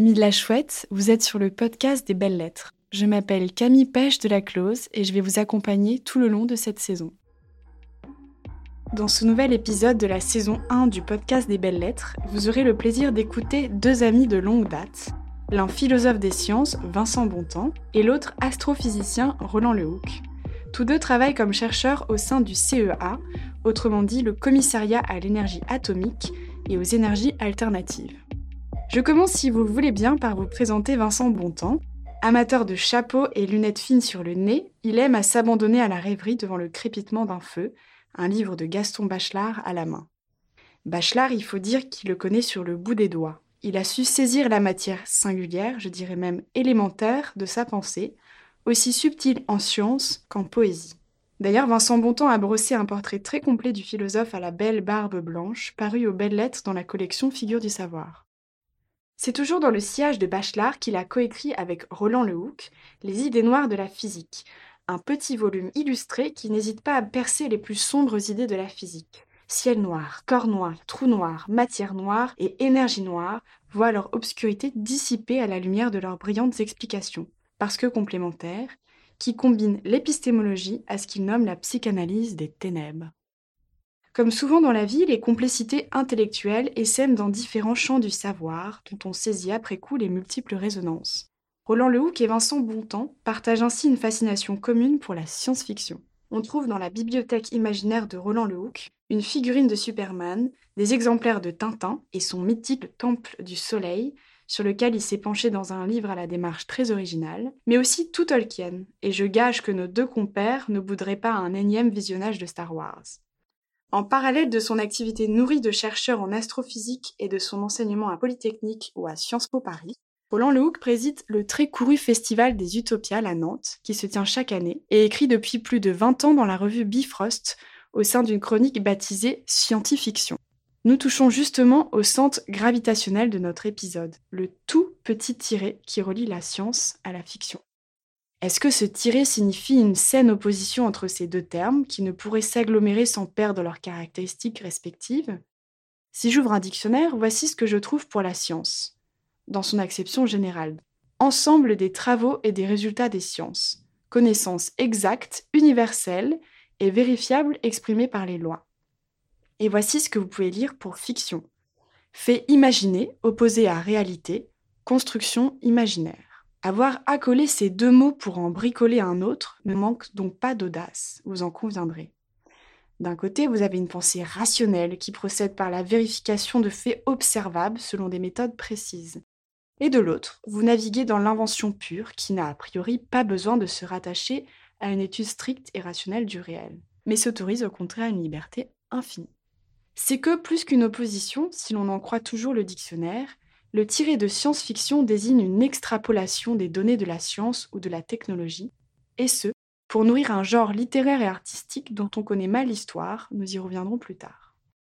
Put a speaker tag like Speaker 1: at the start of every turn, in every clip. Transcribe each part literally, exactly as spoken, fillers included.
Speaker 1: Amis de la Chouette, vous êtes sur le podcast des Belles Lettres. Je m'appelle Camille Pêche de la Close et je vais vous accompagner tout le long de cette saison. Dans ce nouvel épisode de la saison un du podcast des Belles Lettres, vous aurez le plaisir d'écouter deux amis de longue date, l'un philosophe des sciences, Vincent Bontemps, et l'autre astrophysicien, Roland Lehoucq. Tous deux travaillent comme chercheurs au sein du C E A, autrement dit le Commissariat à l'énergie atomique et aux énergies alternatives. Je commence, si vous le voulez bien, par vous présenter Vincent Bontemps. Amateur de chapeaux et lunettes fines sur le nez, il aime à s'abandonner à la rêverie devant le crépitement d'un feu, un livre de Gaston Bachelard à la main. Bachelard, il faut dire qu'il le connaît sur le bout des doigts. Il a su saisir la matière singulière, je dirais même élémentaire, de sa pensée, aussi subtile en science qu'en poésie. D'ailleurs, Vincent Bontemps a brossé un portrait très complet du philosophe à la belle barbe blanche, paru aux Belles Lettres dans la collection Figures du savoir. C'est toujours dans le sillage de Bachelard qu'il a coécrit avec Roland Lehoucq Les idées noires de la physique, un petit volume illustré qui n'hésite pas à percer les plus sombres idées de la physique. Ciel noir, corps noir, trou noir, matière noire et énergie noire voient leur obscurité dissipée à la lumière de leurs brillantes explications, parce que complémentaires, qui combinent l'épistémologie à ce qu'il nomme la psychanalyse des ténèbres. Comme souvent dans la vie, les complexités intellectuelles essaiment dans différents champs du savoir, dont on saisit après coup les multiples résonances. Roland Lehoucq et Vincent Bontemps partagent ainsi une fascination commune pour la science-fiction. On trouve dans la bibliothèque imaginaire de Roland Lehoucq une figurine de Superman, des exemplaires de Tintin et son mythique Temple du Soleil, sur lequel il s'est penché dans un livre à la démarche très originale, mais aussi tout Tolkien, et je gage que nos deux compères ne boudraient pas un énième visionnage de Star Wars. En parallèle de son activité nourrie de chercheur en astrophysique et de son enseignement à Polytechnique ou à Sciences Po Paris, Roland Lehoucq préside le très couru Festival des Utopiales à Nantes, qui se tient chaque année, et écrit depuis plus de vingt ans dans la revue Bifrost, au sein d'une chronique baptisée Scientifiction. Nous touchons justement au centre gravitationnel de notre épisode, le tout petit tiret qui relie la science à la fiction. Est-ce que ce tiret signifie une saine opposition entre ces deux termes, qui ne pourraient s'agglomérer sans perdre leurs caractéristiques respectives ? Si j'ouvre un dictionnaire, voici ce que je trouve pour la science, dans son acception générale. Ensemble des travaux et des résultats des sciences. Connaissance exacte, universelle et vérifiable exprimée par les lois. Et voici ce que vous pouvez lire pour fiction. Fait imaginer, opposé à réalité, construction imaginaire. Avoir accolé ces deux mots pour en bricoler un autre ne manque donc pas d'audace, vous en conviendrez. D'un côté, vous avez une pensée rationnelle qui procède par la vérification de faits observables selon des méthodes précises. Et de l'autre, vous naviguez dans l'invention pure qui n'a a priori pas besoin de se rattacher à une étude stricte et rationnelle du réel, mais s'autorise au contraire une liberté infinie. C'est que, plus qu'une opposition, si l'on en croit toujours le dictionnaire, le tiret de science-fiction désigne une extrapolation des données de la science ou de la technologie, et ce, pour nourrir un genre littéraire et artistique dont on connaît mal l'histoire, nous y reviendrons plus tard.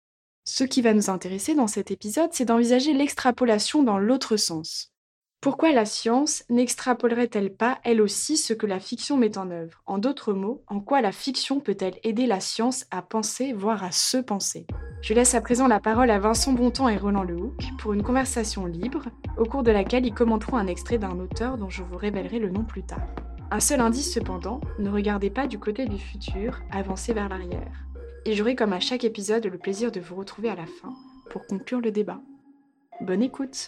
Speaker 1: Ce qui va nous intéresser dans cet épisode, c'est d'envisager l'extrapolation dans l'autre sens. Pourquoi la science n'extrapolerait-elle pas, elle aussi, ce que la fiction met en œuvre ? En d'autres mots, en quoi la fiction peut-elle aider la science à penser, voire à se penser ? Je laisse à présent la parole à Vincent Bontemps et Roland Lehoucq pour une conversation libre, au cours de laquelle ils commenteront un extrait d'un auteur dont je vous révélerai le nom plus tard. Un seul indice cependant, ne regardez pas du côté du futur, avancez vers l'arrière. Et j'aurai comme à chaque épisode le plaisir de vous retrouver à la fin pour conclure le débat. Bonne écoute!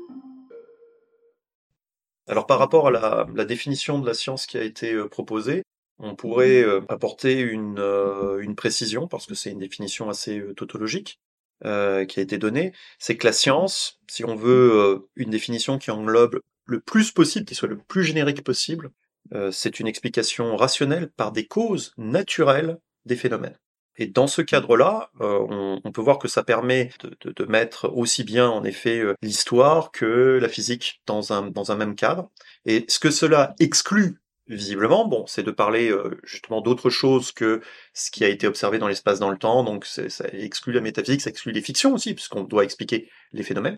Speaker 2: Alors par rapport à la, la définition de la science qui a été euh, proposée, on pourrait euh, apporter une, euh, une précision, parce que c'est une définition assez euh, tautologique euh, qui a été donnée, c'est que la science, si on veut euh, une définition qui englobe le plus possible, qui soit le plus générique possible, euh, c'est une explication rationnelle par des causes naturelles des phénomènes. Et dans ce cadre-là, euh, on, on peut voir que ça permet de, de, de mettre aussi bien, en effet, euh, l'histoire que la physique dans un, dans un même cadre. Et ce que cela exclut, visiblement, bon, c'est de parler euh, justement d'autre chose que ce qui a été observé dans l'espace dans le temps. Donc c'est, ça exclut la métaphysique, ça exclut les fictions aussi, puisqu'on doit expliquer les phénomènes.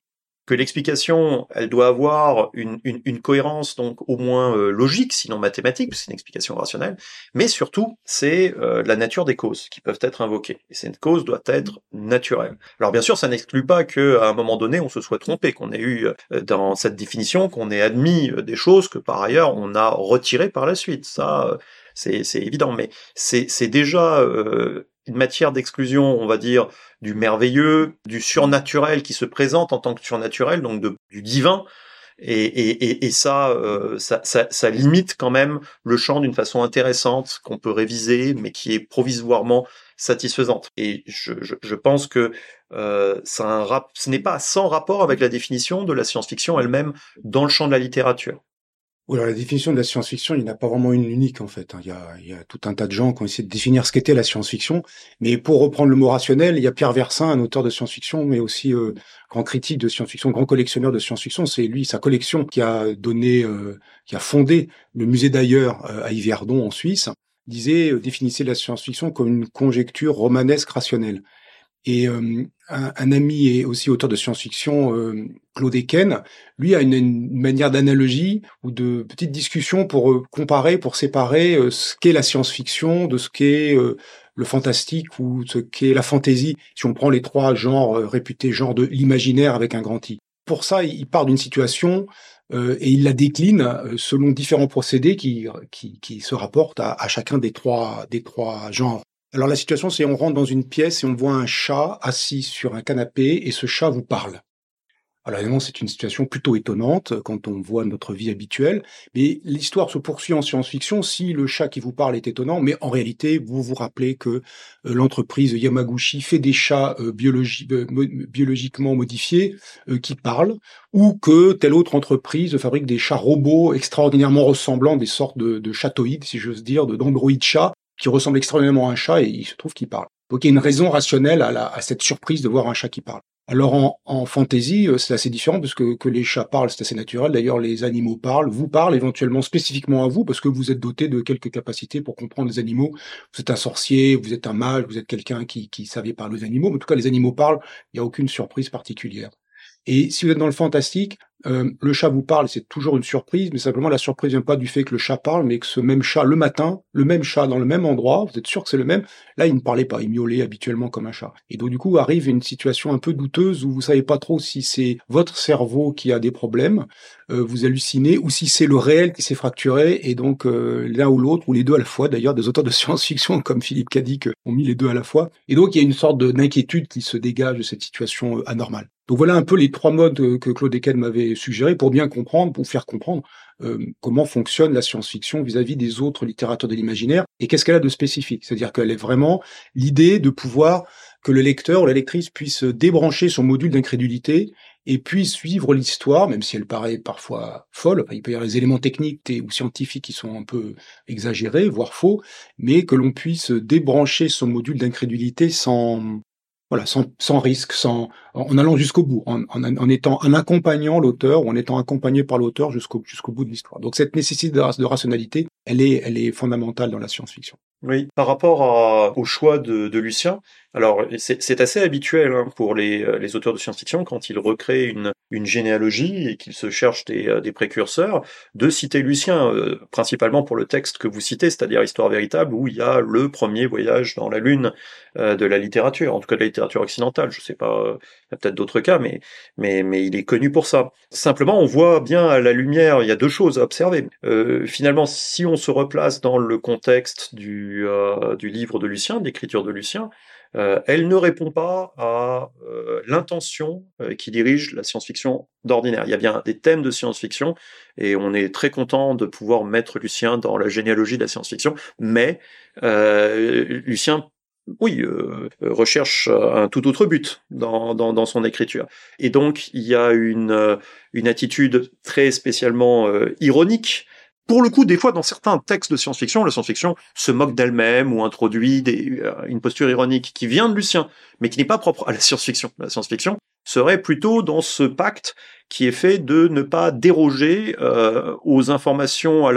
Speaker 2: que l'explication, elle doit avoir une, une, une cohérence donc au moins euh, logique, sinon mathématique, parce que c'est une explication rationnelle, mais surtout, c'est euh, la nature des causes qui peuvent être invoquées. Et cette cause doit être naturelle. Alors bien sûr, ça n'exclut pas qu'à un moment donné, on se soit trompé, qu'on ait eu euh, dans cette définition, qu'on ait admis euh, des choses que par ailleurs, on a retirées par la suite. Ça, euh, c'est, c'est évident, mais c'est, c'est déjà euh, une matière d'exclusion, on va dire, du merveilleux, du surnaturel qui se présente en tant que surnaturel, donc de, du divin, et, et, et, et ça, euh, ça, ça, ça limite quand même le champ d'une façon intéressante, qu'on peut réviser, mais qui est provisoirement satisfaisante. Et je, je, je pense que euh, ça a un rap- ce n'est pas sans rapport avec la définition de la science-fiction elle-même dans le champ de la littérature.
Speaker 3: Oui, alors la définition de la science-fiction, il n'y en a pas vraiment une unique en fait. Il y a, il y a tout un tas de gens qui ont essayé de définir ce qu'était la science-fiction. Mais pour reprendre le mot rationnel, il y a Pierre Versin, un auteur de science-fiction, mais aussi euh, grand critique de science-fiction, grand collectionneur de science-fiction. C'est lui, sa collection, qui a donné, euh, qui a fondé le musée d'Ailleurs euh, à Yverdon en Suisse. Disait, euh, définissait la science-fiction comme une conjecture romanesque rationnelle. Et euh, un, un ami et aussi auteur de science-fiction, euh, Claude Eken, lui a une, une manière d'analogie ou de petite discussion pour euh, comparer, pour séparer euh, ce qu'est la science-fiction de ce qu'est euh, le fantastique ou ce qu'est la fantaisie, si on prend les trois genres euh, réputés, genres de l'imaginaire avec un grand I. Pour ça, il part d'une situation euh, et il la décline euh, selon différents procédés qui, qui, qui se rapportent à, à chacun des trois, des trois genres. Alors la situation, c'est on rentre dans une pièce et on voit un chat assis sur un canapé et ce chat vous parle. Alors évidemment, c'est une situation plutôt étonnante quand on voit notre vie habituelle, mais l'histoire se poursuit en science-fiction si le chat qui vous parle est étonnant, mais en réalité, vous vous rappelez que euh, l'entreprise Yamaguchi fait des chats euh, biologi- euh, mo- biologiquement modifiés euh, qui parlent, ou que telle autre entreprise fabrique des chats robots extraordinairement ressemblants, des sortes de, de chatoïdes, si j'ose dire, de d'androïdes chats, qui ressemble extrêmement à un chat et il se trouve qu'il parle. Donc il y a une raison rationnelle à, la, à cette surprise de voir un chat qui parle. Alors en, en fantasy, c'est assez différent parce que, que les chats parlent, c'est assez naturel. D'ailleurs, les animaux parlent, vous parlent éventuellement spécifiquement à vous parce que vous êtes doté de quelques capacités pour comprendre les animaux. Vous êtes un sorcier, vous êtes un mage, vous êtes quelqu'un qui, qui savait parler aux animaux. Mais en tout cas, les animaux parlent, il n'y a aucune surprise particulière. Et si vous êtes dans le fantastique, euh, le chat vous parle, c'est toujours une surprise, mais simplement la surprise vient pas du fait que le chat parle, mais que ce même chat, le matin, le même chat dans le même endroit, vous êtes sûr que c'est le même, là il ne parlait pas, il miaulait habituellement comme un chat. Et donc du coup arrive une situation un peu douteuse où vous savez pas trop si c'est votre cerveau qui a des problèmes, euh, vous hallucinez, ou si c'est le réel qui s'est fracturé, et donc euh, l'un ou l'autre, ou les deux à la fois, d'ailleurs des auteurs de science-fiction comme Philippe Cadic ont mis les deux à la fois, et donc il y a une sorte de, d'inquiétude qui se dégage de cette situation euh, anormale. Donc voilà un peu les trois modes que Claude Eken m'avait suggéré pour bien comprendre, pour faire comprendre euh, comment fonctionne la science-fiction vis-à-vis des autres littératures de l'imaginaire et qu'est-ce qu'elle a de spécifique. C'est-à-dire qu'elle est vraiment l'idée de pouvoir que le lecteur ou la lectrice puisse débrancher son module d'incrédulité et puisse suivre l'histoire, même si elle paraît parfois folle. Enfin, il peut y avoir des éléments techniques ou scientifiques qui sont un peu exagérés, voire faux, mais que l'on puisse débrancher son module d'incrédulité sans... Voilà, sans, sans risque, sans, en allant jusqu'au bout, en, en, en étant, en accompagnant l'auteur ou en étant accompagné par l'auteur jusqu'au, jusqu'au bout de l'histoire. Donc cette nécessité de, de rationalité, elle est, elle est fondamentale dans la science-fiction.
Speaker 2: Oui, par rapport à, au choix de, de Lucien, alors c'est, c'est assez habituel hein, pour les, les auteurs de science-fiction quand ils recréent une, une généalogie et qu'ils se cherchent des, des précurseurs, de citer Lucien, euh, principalement pour le texte que vous citez, c'est-à-dire Histoire véritable, où il y a le premier voyage dans la Lune euh, de la littérature, en tout cas de la littérature occidentale. Je sais pas, euh, il y a peut-être d'autres cas, mais, mais, mais il est connu pour ça. Simplement, on voit bien à la lumière, il y a deux choses à observer. Euh, finalement, si on se replace dans le contexte du Du, euh, du livre de Lucien, de l'écriture de Lucien, euh, elle ne répond pas à euh, l'intention euh, qui dirige la science-fiction d'ordinaire. Il y a bien des thèmes de science-fiction, et on est très content de pouvoir mettre Lucien dans la généalogie de la science-fiction, mais euh, Lucien oui, euh, recherche un tout autre but dans, dans, dans son écriture. Et donc, il y a une, une attitude très spécialement euh, ironique. Pour le coup, des fois, dans certains textes de science-fiction, la science-fiction se moque d'elle-même ou introduit des, euh, une posture ironique qui vient de Lucien, mais qui n'est pas propre à la science-fiction. La science-fiction serait plutôt dans ce pacte qui est fait de ne pas déroger euh, aux informations, à la,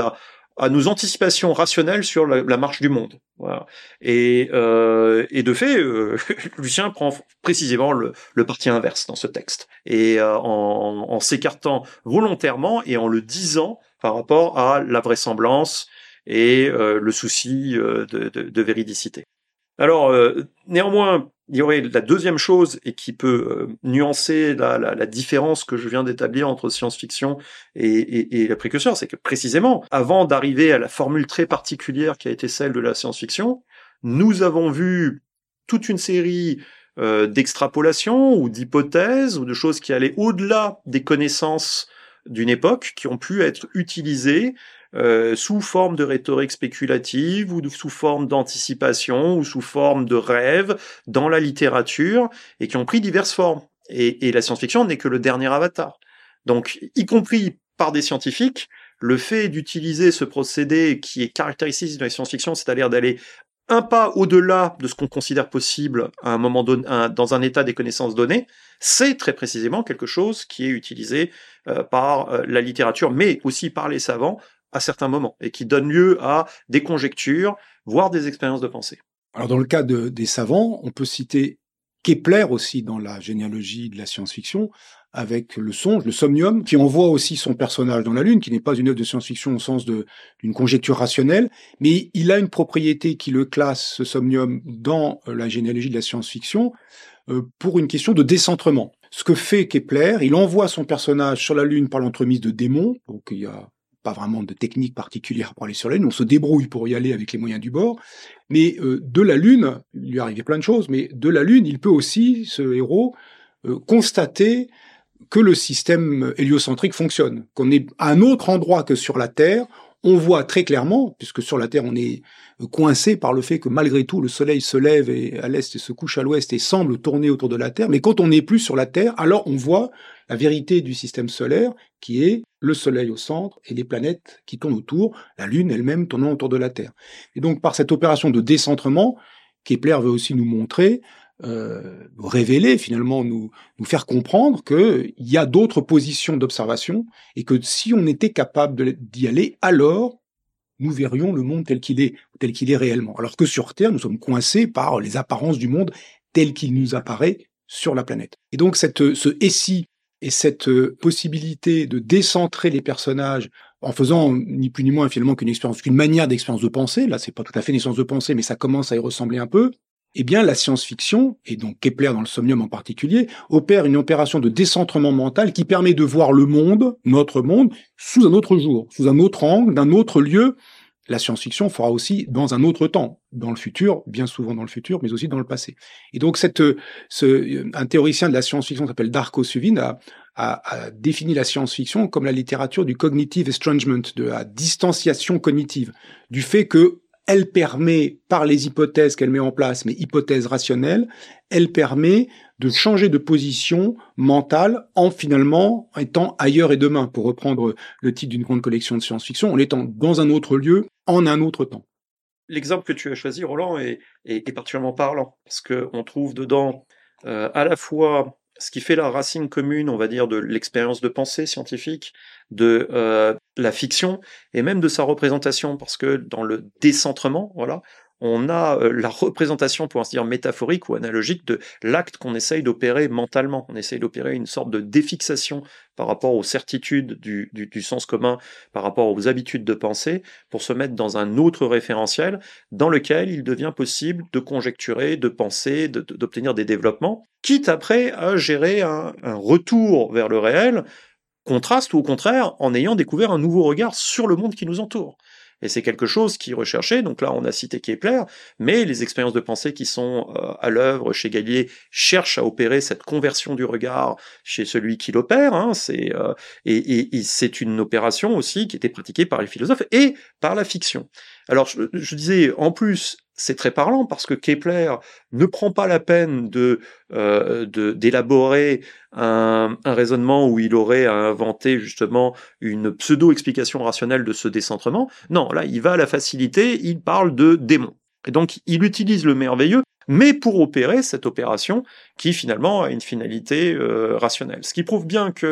Speaker 2: à nos anticipations rationnelles sur la, la marche du monde. Voilà. Et, euh, et de fait, euh, Lucien prend précisément le, le parti inverse dans ce texte, et euh, en, en s'écartant volontairement et en le disant par rapport à la vraisemblance et euh, le souci euh, de, de, de véridicité. Alors, euh, néanmoins, il y aurait la deuxième chose, et qui peut euh, nuancer la, la, la différence que je viens d'établir entre science-fiction et, et, et la précurseur, c'est que précisément, avant d'arriver à la formule très particulière qui a été celle de la science-fiction, nous avons vu toute une série euh, d'extrapolations ou d'hypothèses ou de choses qui allaient au-delà des connaissances d'une époque, qui ont pu être utilisées Euh, sous forme de rhétorique spéculative ou de, sous forme d'anticipation ou sous forme de rêve dans la littérature, et qui ont pris diverses formes. Et, et la science-fiction n'est que le dernier avatar. Donc, y compris par des scientifiques, le fait d'utiliser ce procédé qui est caractéristique de la science-fiction, c'est-à-dire d'aller un pas au-delà de ce qu'on considère possible à un moment donné, un, dans un état des connaissances données, c'est très précisément quelque chose qui est utilisé euh, par euh, la littérature, mais aussi par les savants, à certains moments, et qui donne lieu à des conjectures, voire des expériences de pensée.
Speaker 3: Alors dans le cas de, des savants, on peut citer Kepler aussi dans la généalogie de la science-fiction, avec le songe, le somnium, qui envoie aussi son personnage dans la Lune, qui n'est pas une œuvre de science-fiction au sens de, d'une conjecture rationnelle, mais il a une propriété qui le classe, ce somnium, dans la généalogie de la science-fiction, euh, pour une question de décentrement. Ce que fait Kepler, il envoie son personnage sur la Lune par l'entremise de démons, donc il y a pas vraiment de technique particulière pour aller sur la Lune, on se débrouille pour y aller avec les moyens du bord, mais euh, de la Lune, il lui arrivait plein de choses, mais de la Lune, il peut aussi, ce héros, euh, constater que le système héliocentrique fonctionne, qu'on est à un autre endroit que sur la Terre. On voit très clairement, puisque sur la Terre on est coincé par le fait que malgré tout le Soleil se lève et à l'est et se couche à l'ouest et semble tourner autour de la Terre, mais quand on n'est plus sur la Terre, alors on voit la vérité du système solaire, qui est le Soleil au centre et les planètes qui tournent autour, la Lune elle-même tournant autour de la Terre. Et donc par cette opération de décentrement, Kepler veut aussi nous montrer, euh, révéler finalement, nous, nous faire comprendre qu'il y a d'autres positions d'observation, et que si on était capable de, d'y aller, alors nous verrions le monde tel qu'il est, tel qu'il est réellement. Alors que sur Terre, nous sommes coincés par les apparences du monde tel qu'il nous apparaît sur la planète. Et donc cette, ce « et si » et cette possibilité de décentrer les personnages en faisant ni plus ni moins finalement qu'une expérience, qu'une manière d'expérience de pensée, là c'est pas tout à fait une expérience de pensée, mais ça commence à y ressembler un peu, eh bien la science-fiction, et donc Kepler dans le Somnium en particulier, opère une opération de décentrement mental qui permet de voir le monde, notre monde, sous un autre jour, sous un autre angle, d'un autre lieu. La science-fiction fera aussi dans un autre temps, dans le futur, bien souvent dans le futur, mais aussi dans le passé. Et donc, cette, ce, un théoricien de la science-fiction qui s'appelle Darko Suvin a, a, a défini la science-fiction comme la littérature du cognitive estrangement, de la distanciation cognitive, du fait que elle permet, par les hypothèses qu'elle met en place, mais hypothèses rationnelles, elle permet de changer de position mentale en finalement étant ailleurs et demain, pour reprendre le titre d'une grande collection de science-fiction, en étant dans un autre lieu, en un autre temps.
Speaker 2: L'exemple que tu as choisi, Roland, est, est, est particulièrement parlant, parce qu'on trouve dedans euh, à la fois ce qui fait la racine commune, on va dire, de l'expérience de pensée scientifique, de euh, la fiction, et même de sa représentation, parce que dans le décentrement, voilà, on a euh, la représentation, pour ainsi dire, métaphorique ou analogique de l'acte qu'on essaye d'opérer mentalement. On essaye d'opérer une sorte de défixation par rapport aux certitudes du, du, du sens commun, par rapport aux habitudes de pensée, pour se mettre dans un autre référentiel dans lequel il devient possible de conjecturer, de penser, de, de, d'obtenir des développements, quitte après à gérer un, un retour vers le réel, contraste ou au contraire en ayant découvert un nouveau regard sur le monde qui nous entoure. Et c'est quelque chose qui est recherché, donc là on a cité Kepler, mais les expériences de pensée qui sont euh, à l'œuvre chez Galilée cherchent à opérer cette conversion du regard chez celui qui l'opère, hein, c'est, euh, et, et, et c'est une opération aussi qui était pratiquée par les philosophes et par la fiction. Alors je, je disais, en plus, c'est très parlant parce que Kepler ne prend pas la peine de, euh, de d'élaborer un, un raisonnement où il aurait à inventer justement une pseudo-explication rationnelle de ce décentrement. Non, là, il va à la facilité, il parle de démons. Et donc, il utilise le merveilleux, mais pour opérer cette opération qui finalement a une finalité euh, rationnelle. Ce qui prouve bien que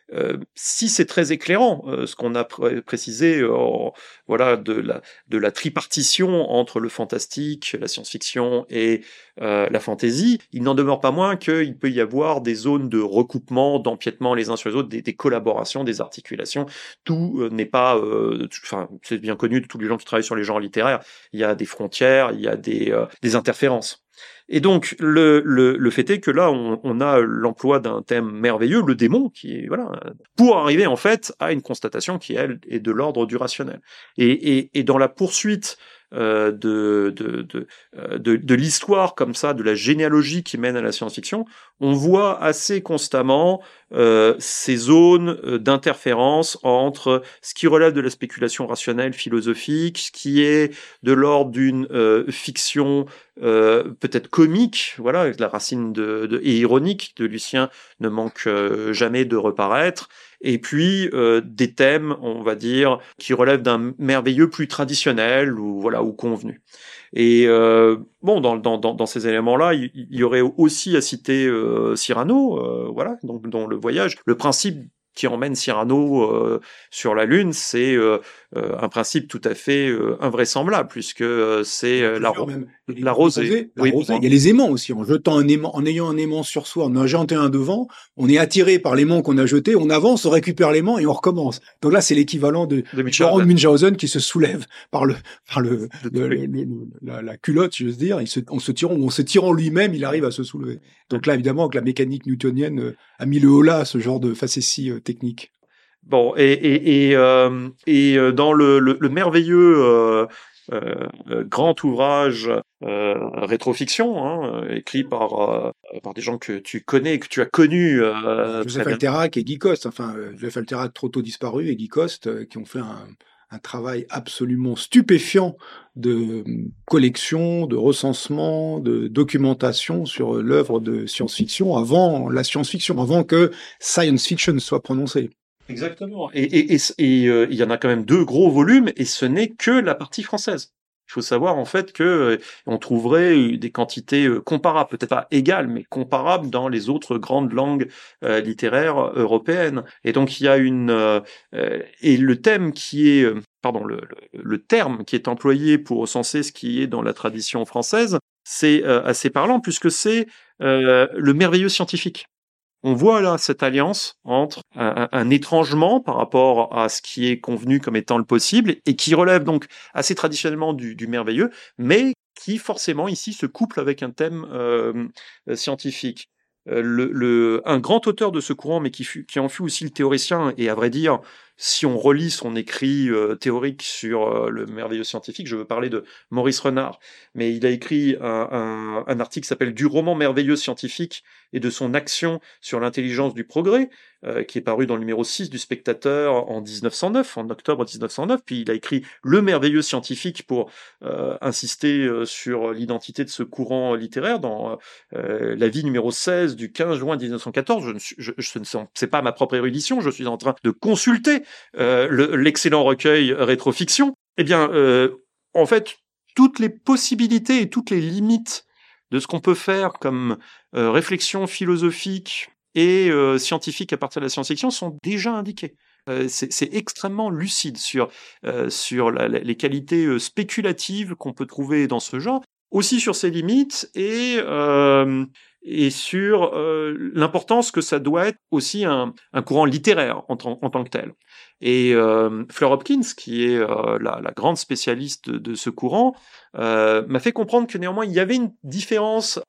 Speaker 2: euh, si c'est très éclairant, euh, ce qu'on a pr- précisé, euh, voilà, de la, de la tripartition entre le fantastique, la science-fiction et euh, la fantasy, il n'en demeure pas moins qu'il peut y avoir des zones de recoupement, d'empiètement les uns sur les autres, des, des collaborations, des articulations. Tout euh, n'est pas, enfin, euh, c'est bien connu de tous les gens qui travaillent sur les genres littéraires. Il y a des frontières, il y a des, euh, des interférences. Et donc, le, le, le fait est que là, on, on a l'emploi d'un thème merveilleux, le démon, qui est, voilà, pour arriver, en fait, à une constatation qui, elle, est de l'ordre du rationnel. Et, et, et dans la poursuite euh, de, de, de, de, de l'histoire, comme ça, de la généalogie qui mène à la science-fiction, on voit assez constamment euh, ces zones euh, d'interférence entre ce qui relève de la spéculation rationnelle philosophique, ce qui est de l'ordre d'une euh, fiction euh, peut-être comique, voilà, la racine de, de, et ironique de Lucien ne manque euh, jamais de reparaître, et puis euh, des thèmes, on va dire, qui relèvent d'un merveilleux plus traditionnel ou voilà ou convenu. Et euh, bon, dans, dans, dans, dans ces éléments-là, il, il y aurait aussi à citer euh, Cyrano, euh, voilà, donc dans le voyage, le principe qui emmène Cyrano euh, sur la Lune, c'est euh, euh, un principe tout à fait euh, invraisemblable, puisque euh, c'est euh, la, ro- la rosée.
Speaker 3: La
Speaker 2: Oui,
Speaker 3: rosée. Il y a les aimants aussi. En jetant un aimant, en ayant un aimant sur soi, en en jetant un devant, on est attiré par l'aimant qu'on a jeté, on avance, on récupère l'aimant et on recommence. Donc là, c'est l'équivalent de,
Speaker 2: de
Speaker 3: Laurent
Speaker 2: Munchausen.
Speaker 3: Munchausen qui se soulève par le, par le,
Speaker 2: De-
Speaker 3: le, le- le- la, la culotte, je veux dire. Il se, en se tirant, en se tirant lui-même, il arrive à se soulever. Donc là, évidemment, que la mécanique newtonienne euh, a mis le holà à ce genre de facétie euh, technique.
Speaker 2: Bon, et, et, et, euh, et euh, dans le, le, le merveilleux euh, euh, grand ouvrage euh, rétrofiction, hein, écrit par, euh, par des gens que tu connais, que tu as connus. Euh,
Speaker 3: Joseph
Speaker 2: très bien.
Speaker 3: Alterac et Guy Coste, enfin, euh, Joseph Alterac trop tôt disparu et Guy Coste, euh, qui ont fait un, un travail absolument stupéfiant de euh, collection, de recensement, de documentation sur euh, l'œuvre de science-fiction avant la science-fiction, avant que science fiction soit prononcée.
Speaker 2: Exactement. Et et, et, et euh, il y en a quand même deux gros volumes, et ce n'est que la partie française. Il faut savoir en fait que euh, on trouverait des quantités euh, comparables, peut-être pas égales, mais comparables dans les autres grandes langues euh, littéraires européennes. Et donc il y a une euh, euh, et le thème qui est euh, pardon le, le, le terme qui est employé pour recenser ce qui est dans la tradition française, c'est euh, assez parlant puisque c'est euh, le merveilleux scientifique. On voit là cette alliance entre un, un, un étrangement par rapport à ce qui est convenu comme étant le possible et qui relève donc assez traditionnellement du, du merveilleux, mais qui forcément ici se couple avec un thème euh, scientifique. Euh, le, le, un grand auteur de ce courant, mais qui, fut, qui en fut aussi le théoricien, et à vrai dire, si on relit son écrit euh, théorique sur euh, le merveilleux scientifique, je veux parler de Maurice Renard, mais il a écrit un, un, un article qui s'appelle « Du roman merveilleux scientifique et de son action sur l'intelligence du progrès », euh, qui est paru dans le numéro six du Spectateur en dix-neuf cent neuf, en octobre dix-neuf cent neuf, puis il a écrit « Le merveilleux scientifique » pour euh, insister euh, sur l'identité de ce courant littéraire dans euh, la vie numéro seize du quinze juin mille neuf cent quatorze. Je ne suis, je, je ne sais, c'est pas ma propre érudition, je suis en train de consulter euh, le, l'excellent recueil Rétrofiction. Eh bien, euh, en fait, toutes les possibilités et toutes les limites de ce qu'on peut faire comme euh, réflexion philosophique et euh, scientifique à partir de la science-fiction sont déjà indiquées. Euh, c'est, c'est extrêmement lucide sur, euh, sur la, la, les qualités euh, spéculatives qu'on peut trouver dans ce genre, aussi sur ses limites et, euh, et sur euh, l'importance que ça doit être aussi un, un courant littéraire en, en, en tant que tel. Et euh, Fleur Hopkins, qui est euh, la, la grande spécialiste de, de ce courant, euh, m'a fait comprendre que néanmoins il y avait une différence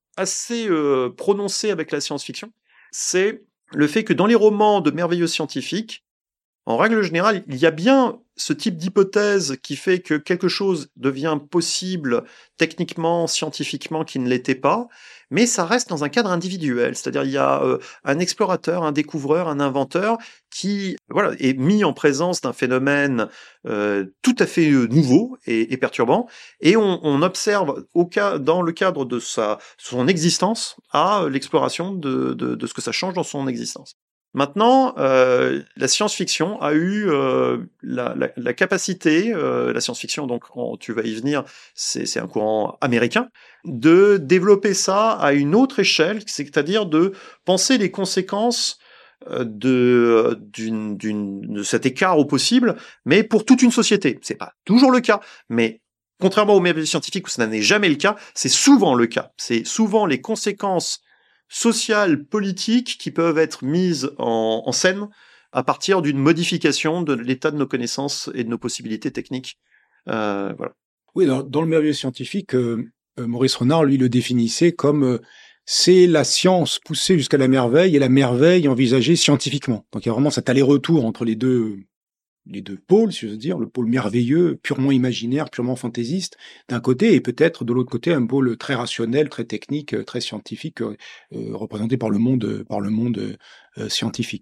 Speaker 2: assez euh, prononcée avec la science-fiction. C'est le fait que dans les romans de merveilleux scientifiques, en règle générale, il y a bien ce type d'hypothèse qui fait que quelque chose devient possible techniquement, scientifiquement, qui ne l'était pas, mais ça reste dans un cadre individuel. C'est-à-dire, il y a euh, un explorateur, un découvreur, un inventeur qui, voilà, est mis en présence d'un phénomène euh, tout à fait euh, nouveau et, et perturbant, et on, on observe au cas, dans le cadre de sa, son existence à l'exploration de, de, de ce que ça change dans son existence. Maintenant, euh, la science-fiction a eu euh, la, la, la capacité, euh, la science-fiction, donc on, tu vas y venir, c'est, c'est un courant américain, de développer ça à une autre échelle, c'est-à-dire de penser les conséquences de, d'une, d'une, de cet écart au possible, mais pour toute une société. C'est pas toujours le cas, mais contrairement aux merveilleux scientifiques où ça n'est jamais le cas, c'est souvent le cas. C'est souvent les conséquences sociales, politiques qui peuvent être mises en, en scène à partir d'une modification de l'état de nos connaissances et de nos possibilités techniques. Euh, voilà.
Speaker 3: Oui, dans, dans le merveilleux scientifique, euh, euh, Maurice Renard, lui, le définissait comme euh, c'est la science poussée jusqu'à la merveille et la merveille envisagée scientifiquement. Donc il y a vraiment cet aller-retour entre les deux, les deux pôles, si je veux dire, le pôle merveilleux, purement imaginaire, purement fantaisiste, d'un côté, et peut-être de l'autre côté un pôle très rationnel, très technique, très scientifique, euh, représenté par le monde, par le monde euh, scientifique.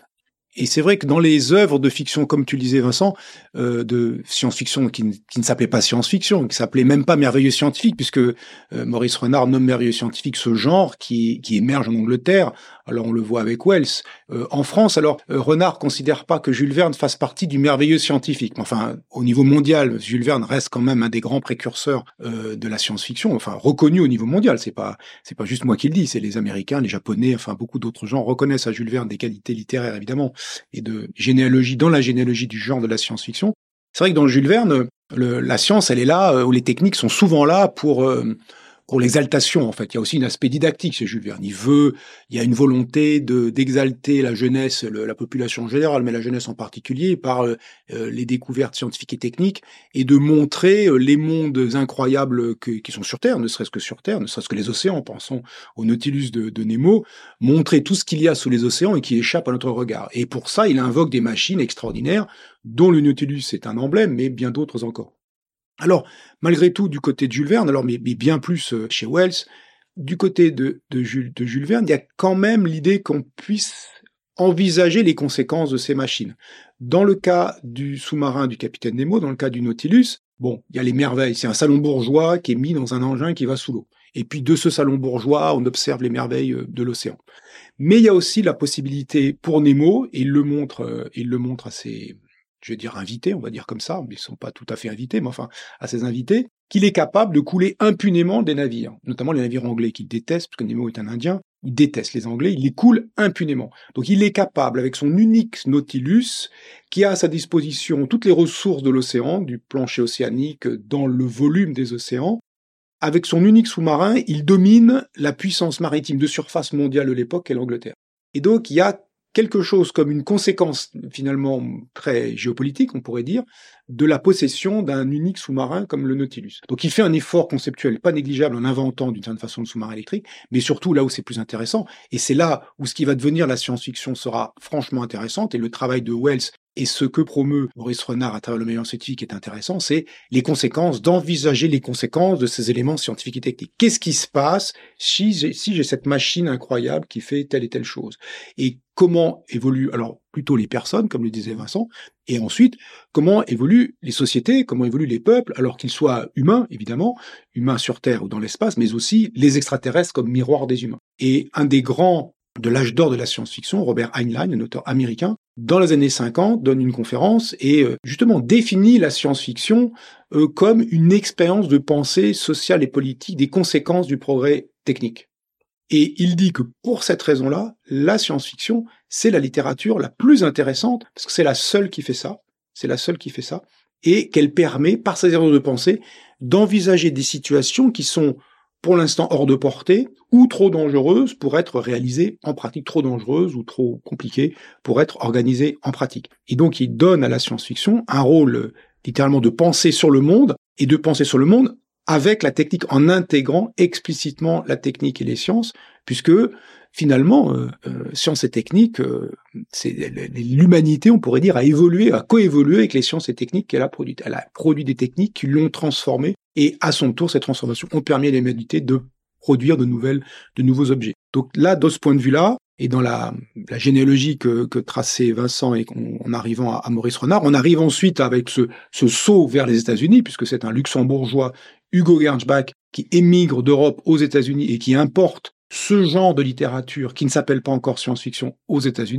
Speaker 3: Et c'est vrai que dans les œuvres de fiction, comme tu le disais Vincent, euh, de science-fiction qui, qui ne s'appelait pas science-fiction, qui s'appelait même pas merveilleux scientifique, puisque euh, Maurice Renard nomme merveilleux scientifique ce genre qui, qui émerge en Angleterre. Alors on le voit avec Wells. Euh, en France, alors euh, Renard considère pas que Jules Verne fasse partie du merveilleux scientifique. Enfin, au niveau mondial, Jules Verne reste quand même un des grands précurseurs euh, de la science-fiction. Enfin, reconnu au niveau mondial. C'est pas, c'est pas juste moi qui le dis. C'est les Américains, les Japonais, enfin beaucoup d'autres gens reconnaissent à Jules Verne des qualités littéraires évidemment et de généalogie, dans la généalogie du genre de la science-fiction. C'est vrai que dans Jules Verne, le, la science, elle est là, où les techniques sont souvent là pour, euh, pour l'exaltation, en fait. Il y a aussi un aspect didactique chez Jules Verne. Il veut, il y a une volonté de, d'exalter la jeunesse, le, la population en général, mais la jeunesse en particulier, par euh, les découvertes scientifiques et techniques, et de montrer euh, les mondes incroyables que, qui sont sur Terre, ne serait-ce que sur Terre, ne serait-ce que les océans, pensons au Nautilus de, de Nemo, montrer tout ce qu'il y a sous les océans et qui échappe à notre regard. Et pour ça, il invoque des machines extraordinaires, dont le Nautilus est un emblème, mais bien d'autres encore. Alors, malgré tout, du côté de Jules Verne, alors mais, mais bien plus euh, chez Wells, du côté de, de, Jules, de Jules Verne, il y a quand même l'idée qu'on puisse envisager les conséquences de ces machines. Dans le cas du sous-marin du capitaine Nemo, dans le cas du Nautilus, bon, il y a les merveilles. C'est un salon bourgeois qui est mis dans un engin qui va sous l'eau. Et puis de ce salon bourgeois, on observe les merveilles de l'océan. Mais il y a aussi la possibilité pour Nemo, et il le montre, euh, il le montre à ses, je vais dire invités, on va dire comme ça, mais ils sont pas tout à fait invités, mais enfin à ses invités, qu'il est capable de couler impunément des navires, notamment les navires anglais qu'il déteste, parce que Nemo est un Indien, il déteste les Anglais, il les coule impunément. Donc il est capable, avec son unique Nautilus, qui a à sa disposition toutes les ressources de l'océan, du plancher océanique dans le volume des océans, avec son unique sous-marin, il domine la puissance maritime de surface mondiale de l'époque, qu'est l'Angleterre. Et donc il y a quelque chose comme une conséquence finalement très géopolitique, on pourrait dire, de la possession d'un unique sous-marin comme le Nautilus. Donc il fait un effort conceptuel pas négligeable en inventant d'une certaine façon le sous-marin électrique, mais surtout là où c'est plus intéressant, et c'est là où ce qui va devenir la science-fiction sera franchement intéressante, et le travail de Wells et ce que promeut Maurice Renard à travers le merveilleux scientifique est intéressant, c'est les conséquences, d'envisager les conséquences de ces éléments scientifiques et techniques. Qu'est-ce qui se passe si j'ai, si j'ai cette machine incroyable qui fait telle et telle chose? Et comment évoluent, alors plutôt les personnes, comme le disait Vincent, et ensuite, comment évoluent les sociétés, comment évoluent les peuples, alors qu'ils soient humains, évidemment, humains sur Terre ou dans l'espace, mais aussi les extraterrestres comme miroir des humains. Et un des grands de l'âge d'or de la science-fiction, Robert Heinlein, un auteur américain, dans les années cinquante, donne une conférence et euh, justement définit la science-fiction euh, comme une expérience de pensée sociale et politique des conséquences du progrès technique. Et il dit que pour cette raison-là, la science-fiction, c'est la littérature la plus intéressante, parce que c'est la seule qui fait ça, c'est la seule qui fait ça, et qu'elle permet, par ses erreurs de pensée, d'envisager des situations qui sont pour l'instant hors de portée, ou trop dangereuses pour être réalisées en pratique, trop dangereuses ou trop compliquées pour être organisées en pratique. Et donc il donne à la science-fiction un rôle littéralement de penser sur le monde, et de penser sur le monde avec la technique, en intégrant explicitement la technique et les sciences, puisque finalement, euh, euh, sciences et techniques, euh, c'est l'humanité, on pourrait dire, a évolué, a coévolué avec les sciences et techniques qu'elle a produites. Elle a produit des techniques qui l'ont transformée, et à son tour, ces transformations ont permis à l'humanité de produire de nouvelles, de nouveaux objets. Donc là, de ce point de vue-là, et dans la, la généalogie que, que traçait Vincent et en arrivant à, à Maurice Renard, on arrive ensuite avec ce, ce saut vers les États-Unis, puisque c'est un luxembourgeois, Hugo Gernsback, qui émigre d'Europe aux États-Unis et qui importe ce genre de littérature qui ne s'appelle pas encore science-fiction aux États-Unis.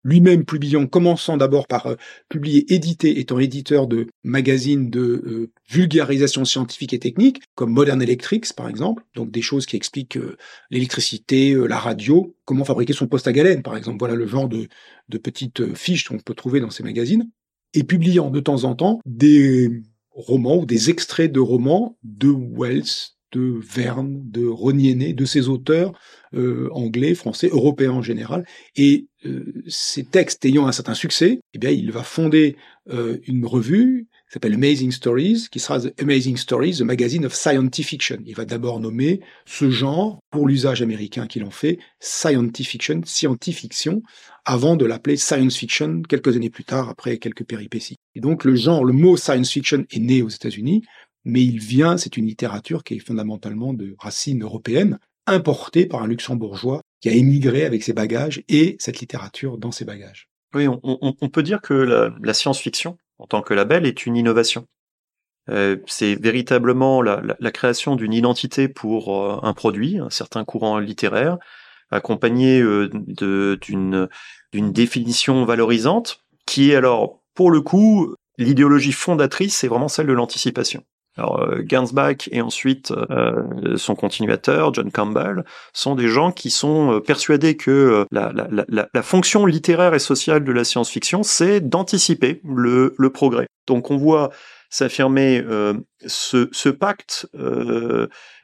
Speaker 3: lui-même publiant, commençant d'abord par euh, publier, éditer, étant éditeur de magazines de euh, vulgarisation scientifique et technique, comme Modern Electrics par exemple, donc des choses qui expliquent euh, l'électricité, euh, la radio, comment fabriquer son poste à galène par exemple, voilà le genre de, de petites euh, fiches qu'on peut trouver dans ces magazines, et publiant de temps en temps des romans ou des extraits de romans de Wells, de Verne, de Roniene, de ces auteurs euh, anglais, français, européens en général. Et euh, ces textes ayant un certain succès, eh bien, il va fonder euh, une revue qui s'appelle Amazing Stories, qui sera The Amazing Stories, the magazine of scientific fiction. Il va d'abord nommer ce genre, pour l'usage américain qu'il en fait, scientific fiction, scientifiction, avant de l'appeler science fiction quelques années plus tard, après quelques péripéties. Et donc le genre, le mot science fiction est né aux États-Unis, mais il vient, c'est une littérature qui est fondamentalement de racines européennes, importée par un luxembourgeois qui a émigré avec ses bagages et cette littérature dans ses bagages.
Speaker 2: Oui, on, on, on peut dire que la, la science-fiction, en tant que label, est une innovation. Euh, c'est véritablement la, la, la création d'une identité pour euh, un produit, un certain courant littéraire, accompagné euh, de, d'une, d'une définition valorisante, qui est alors, pour le coup, l'idéologie fondatrice, c'est vraiment celle de l'anticipation. Alors, euh, Gernsback et ensuite euh, son continuateur, John Campbell, sont des gens qui sont euh, persuadés que euh, la, la, la, la fonction littéraire et sociale de la science-fiction, c'est d'anticiper le, le progrès. Donc on voit s'affirmer euh, ce, ce pacte euh,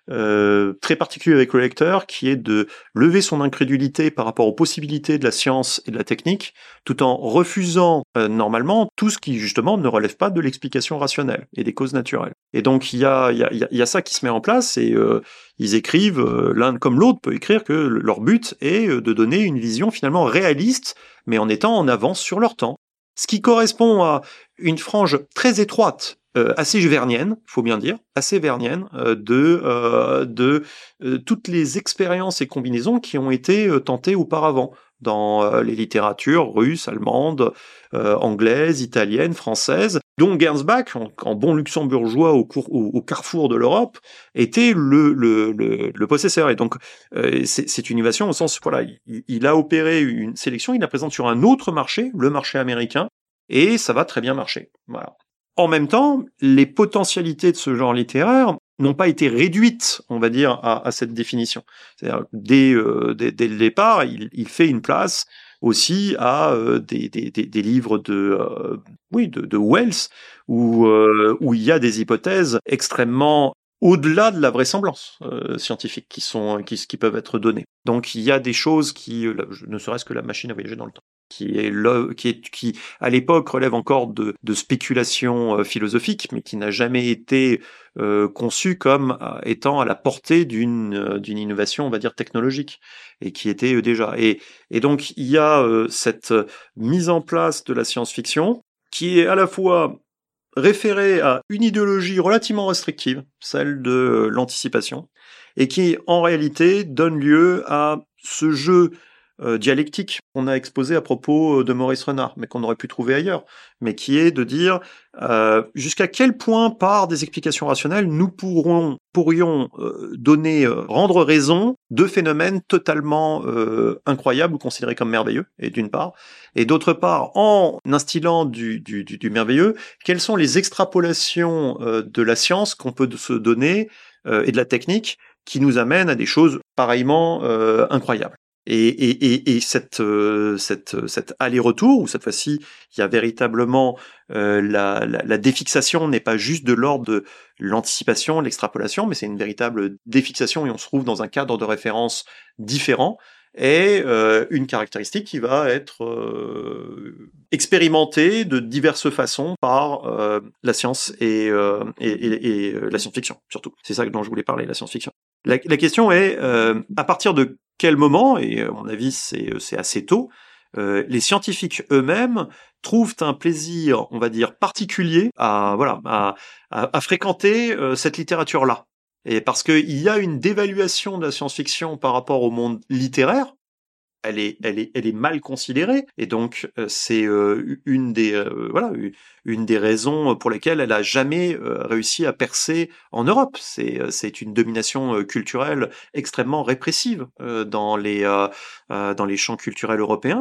Speaker 2: euh, très particulier avec le lecteur, qui est de lever son incrédulité par rapport aux possibilités de la science et de la technique, tout en refusant euh, normalement tout ce qui justement ne relève pas de l'explication rationnelle et des causes naturelles. Et donc il y a, y, a, y a ça qui se met en place, et euh, ils écrivent, euh, l'un comme l'autre peut écrire que leur but est de donner une vision finalement réaliste, mais en étant en avance sur leur temps. Ce qui correspond à une frange très étroite, euh, assez vernienne, faut bien dire, assez vernienne, euh, de, euh, de euh, toutes les expériences et combinaisons qui ont été euh, tentées auparavant dans euh, les littératures russes, allemandes, euh, anglaises, italiennes, françaises, dont Gernsback, en, en bon luxembourgeois au, cour, au, au carrefour de l'Europe, était le, le, le, le possesseur. Et donc, euh, c'est, c'est une innovation au sens, voilà, il, il a opéré une sélection, il la présente sur un autre marché, le marché américain, et ça va très bien marcher. Voilà. En même temps, les potentialités de ce genre littéraire n'ont pas été réduites, on va dire, à, à cette définition. C'est-à-dire, dès, euh, dès, dès le départ, il, il fait une place aussi à euh, des, des, des, des livres de, euh, oui, de, de Wells, où, euh, où il y a des hypothèses extrêmement au-delà de la vraisemblance euh, scientifique qui sont qui, qui peuvent être données. Donc il y a des choses qui, ne serait-ce que la machine à voyager dans le temps, qui est le, qui est qui à l'époque relève encore de, de spéculation euh, philosophique, mais qui n'a jamais été euh, conçue comme euh, étant à la portée d'une euh, d'une innovation, on va dire technologique, et qui était euh, déjà. Et et donc il y a euh, cette mise en place de la science-fiction qui est à la fois référé à une idéologie relativement restrictive, celle de l'anticipation, et qui en réalité donne lieu à ce jeu euh, dialectique qu'on a exposé à propos de Maurice Renard, mais qu'on aurait pu trouver ailleurs, mais qui est de dire euh, jusqu'à quel point, par des explications rationnelles, nous pourrons, pourrions euh, donner, euh, rendre raison de phénomènes totalement euh, incroyables ou considérés comme merveilleux, et d'une part, et d'autre part, en instillant du, du, du, du merveilleux, quelles sont les extrapolations euh, de la science qu'on peut se donner euh, et de la technique qui nous amènent à des choses pareillement euh, incroyables. Et, et, et, et cette, euh, cette, cette aller-retour, où cette fois-ci, il y a véritablement euh, la, la, la défixation n'est pas juste de l'ordre de l'anticipation, l'extrapolation, mais c'est une véritable défixation, et on se trouve dans un cadre de référence différent, et euh, une caractéristique qui va être euh, expérimentée de diverses façons par euh, la science et, euh, et, et, et la science-fiction, surtout. C'est ça dont je voulais parler, la science-fiction. La, la question est, euh, à partir de quel moment, et à mon avis c'est, c'est assez tôt, euh, les scientifiques eux-mêmes trouvent un plaisir, on va dire, particulier à, voilà, à, à, à fréquenter euh, cette littérature-là. Et parce qu'il y a une dévaluation de la science-fiction par rapport au monde littéraire, elle est, elle est, elle est mal considérée, et donc euh, c'est euh, une des, euh, voilà, une des raisons pour lesquelles elle a jamais euh, réussi à percer en Europe. C'est, c'est une domination euh, culturelle extrêmement répressive euh, dans les, euh, euh, dans les champs culturels européens.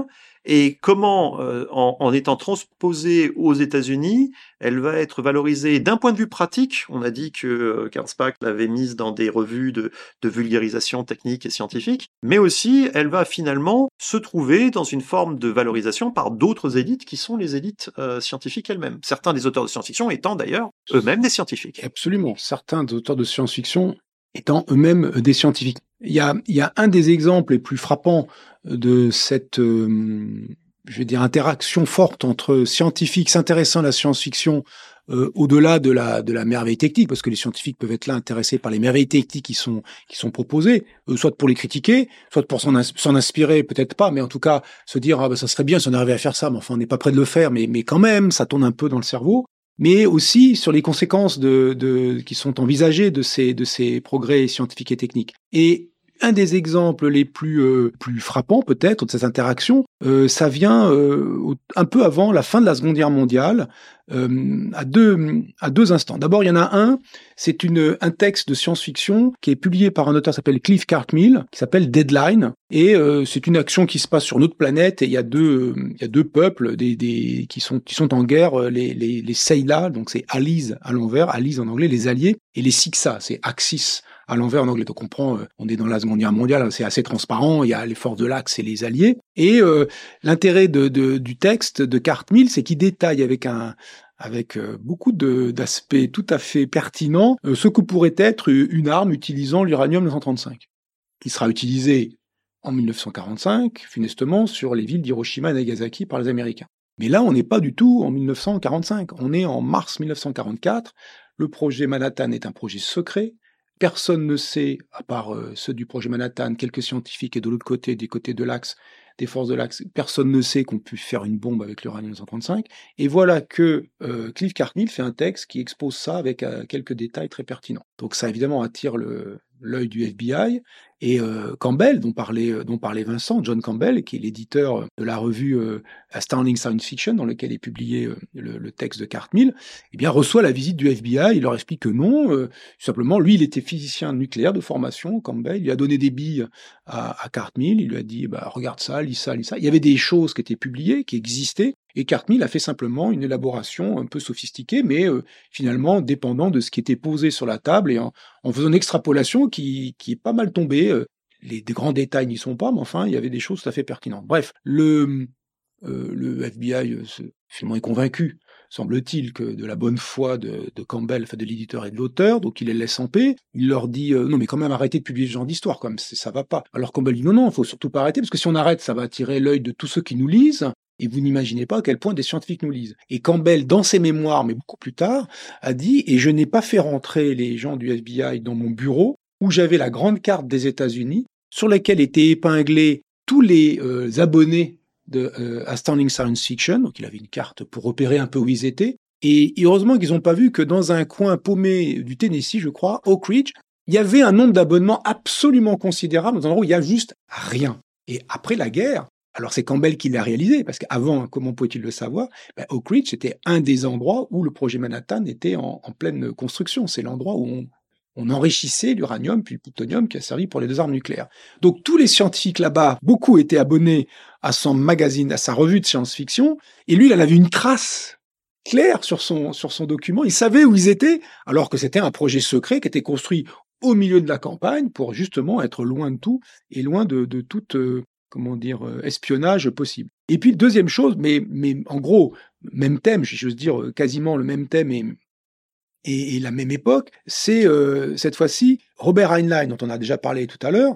Speaker 2: et comment, euh, en, en étant transposée aux États-Unis, elle va être valorisée d'un point de vue pratique. On a dit que euh, Karl Spaak l'avait mise dans des revues de, de vulgarisation technique et scientifique, mais aussi elle va finalement se trouver dans une forme de valorisation par d'autres élites qui sont les élites euh, scientifiques elles-mêmes. Certains des auteurs de science-fiction étant d'ailleurs eux-mêmes des scientifiques.
Speaker 3: Absolument. Certains des auteurs de science-fiction étant eux-mêmes des scientifiques. Il y a, il y a un des exemples les plus frappants de cette, euh, je vais dire, interaction forte entre scientifiques s'intéressant à la science-fiction euh, au-delà de la, de la merveille technique, parce que les scientifiques peuvent être là intéressés par les merveilles techniques qui sont, qui sont proposées, euh, soit pour les critiquer, soit pour s'en, s'en inspirer, peut-être pas, mais en tout cas se dire ah ben ça serait bien si on arrivait à faire ça, mais enfin on n'est pas prêt de le faire, mais, mais quand même ça tourne un peu dans le cerveau. Mais aussi sur les conséquences de, de, qui sont envisagées de ces, de ces progrès scientifiques et techniques. Et un des exemples les plus, euh, plus frappants peut-être de cette interaction, euh, ça vient euh, un peu avant la fin de la Seconde Guerre mondiale, euh, à, deux, à deux instants. D'abord, il y en a un, c'est une, un texte de science-fiction qui est publié par un auteur qui s'appelle Cliff Cartmill, qui s'appelle Deadline, et euh, c'est une action qui se passe sur notre planète, et il y a deux, il y a deux peuples des, des, qui, sont, qui sont en guerre, les, les, les Seyla, donc c'est Allies à l'envers, Allies en anglais, les Alliés, et les Sixa, c'est Axis à l'envers en anglais. Donc on comprend, euh, on est dans la Seconde Guerre mondiale, c'est assez transparent, il y a les forces de l'Axe et les Alliés. Et euh, l'intérêt de, de, du texte de Cartmill, c'est qu'il détaille avec un avec euh, beaucoup de, d'aspects tout à fait pertinents euh, ce que pourrait être une arme utilisant l'uranium neuf cent trente-cinq, qui sera utilisé en dix-neuf cent quarante-cinq, funestement, sur les villes d'Hiroshima et Nagasaki par les Américains. Mais là, on n'est pas du tout en dix-neuf cent quarante-cinq, on est en mars dix-neuf cent quarante-quatre, le projet Manhattan est un projet secret. Personne ne sait, à part euh, ceux du projet Manhattan, quelques scientifiques, et de l'autre côté, des côtés de l'Axe, des forces de l'Axe, personne ne sait qu'on puisse faire une bombe avec l'uranium neuf cent trente-cinq. Et voilà que euh, Cliff Cartmill fait un texte qui expose ça avec euh, quelques détails très pertinents. Donc ça, évidemment, attire le, l'œil du F B I. Et euh, Campbell, dont parlait, dont parlait Vincent, John Campbell, qui est l'éditeur de la revue euh, Astounding Science Fiction, dans lequel est publié euh, le, le texte de Cartmill, eh bien, reçoit la visite du F B I. Il leur explique que non, euh, simplement, lui, il était physicien nucléaire de formation, Campbell. Il lui a donné des billes à, à Cartmill. Il lui a dit, bah, regarde ça, lis ça, lis ça. Il y avait des choses qui étaient publiées, qui existaient. Et Cartmill a fait simplement une élaboration un peu sophistiquée, mais euh, finalement dépendant de ce qui était posé sur la table et en, en faisant une extrapolation qui, qui est pas mal tombée. Euh, les, les grands détails n'y sont pas, mais enfin, il y avait des choses tout à fait pertinentes. Bref, le, euh, le F B I euh, finalement est convaincu, semble-t-il, que de la bonne foi de, de Campbell, enfin de l'éditeur et de l'auteur, donc il les laisse en paix. Il leur dit euh, non mais quand même arrêtez de publier ce genre d'histoire, quand même, ça va pas. Alors Campbell dit non non, il faut surtout pas arrêter parce que si on arrête, ça va attirer l'œil de tous ceux qui nous lisent. Et vous n'imaginez pas à quel point des scientifiques nous lisent. Et Campbell, dans ses mémoires, mais beaucoup plus tard, a dit « Et je n'ai pas fait rentrer les gens du F B I dans mon bureau, où j'avais la grande carte des États-Unis, sur laquelle étaient épinglés tous les euh, abonnés de euh, Astounding Science Fiction. » Donc il avait une carte pour repérer un peu où ils étaient. Et, et heureusement qu'ils n'ont pas vu que dans un coin paumé du Tennessee, je crois, Oak Ridge, il y avait un nombre d'abonnements absolument considérable, dans un endroit où il y a juste rien. Et après la guerre, alors c'est Campbell qui l'a réalisé, parce qu'avant, comment pouvait-il le savoir? Ben, Oak Ridge, c'était un des endroits où le projet Manhattan était en, en pleine construction. C'est l'endroit où on, on enrichissait l'uranium puis le plutonium qui a servi pour les deux armes nucléaires. Donc tous les scientifiques là-bas, beaucoup étaient abonnés à son magazine, à sa revue de science-fiction, et lui, il en avait une trace claire sur son, sur son document. Il savait où ils étaient, alors que c'était un projet secret qui était construit au milieu de la campagne pour justement être loin de tout et loin de, de toute... Euh, comment dire, espionnage possible. Et puis, deuxième chose, mais, mais en gros, même thème, j'ose dire quasiment le même thème et, et, et la même époque, c'est euh, cette fois-ci Robert Heinlein, dont on a déjà parlé tout à l'heure,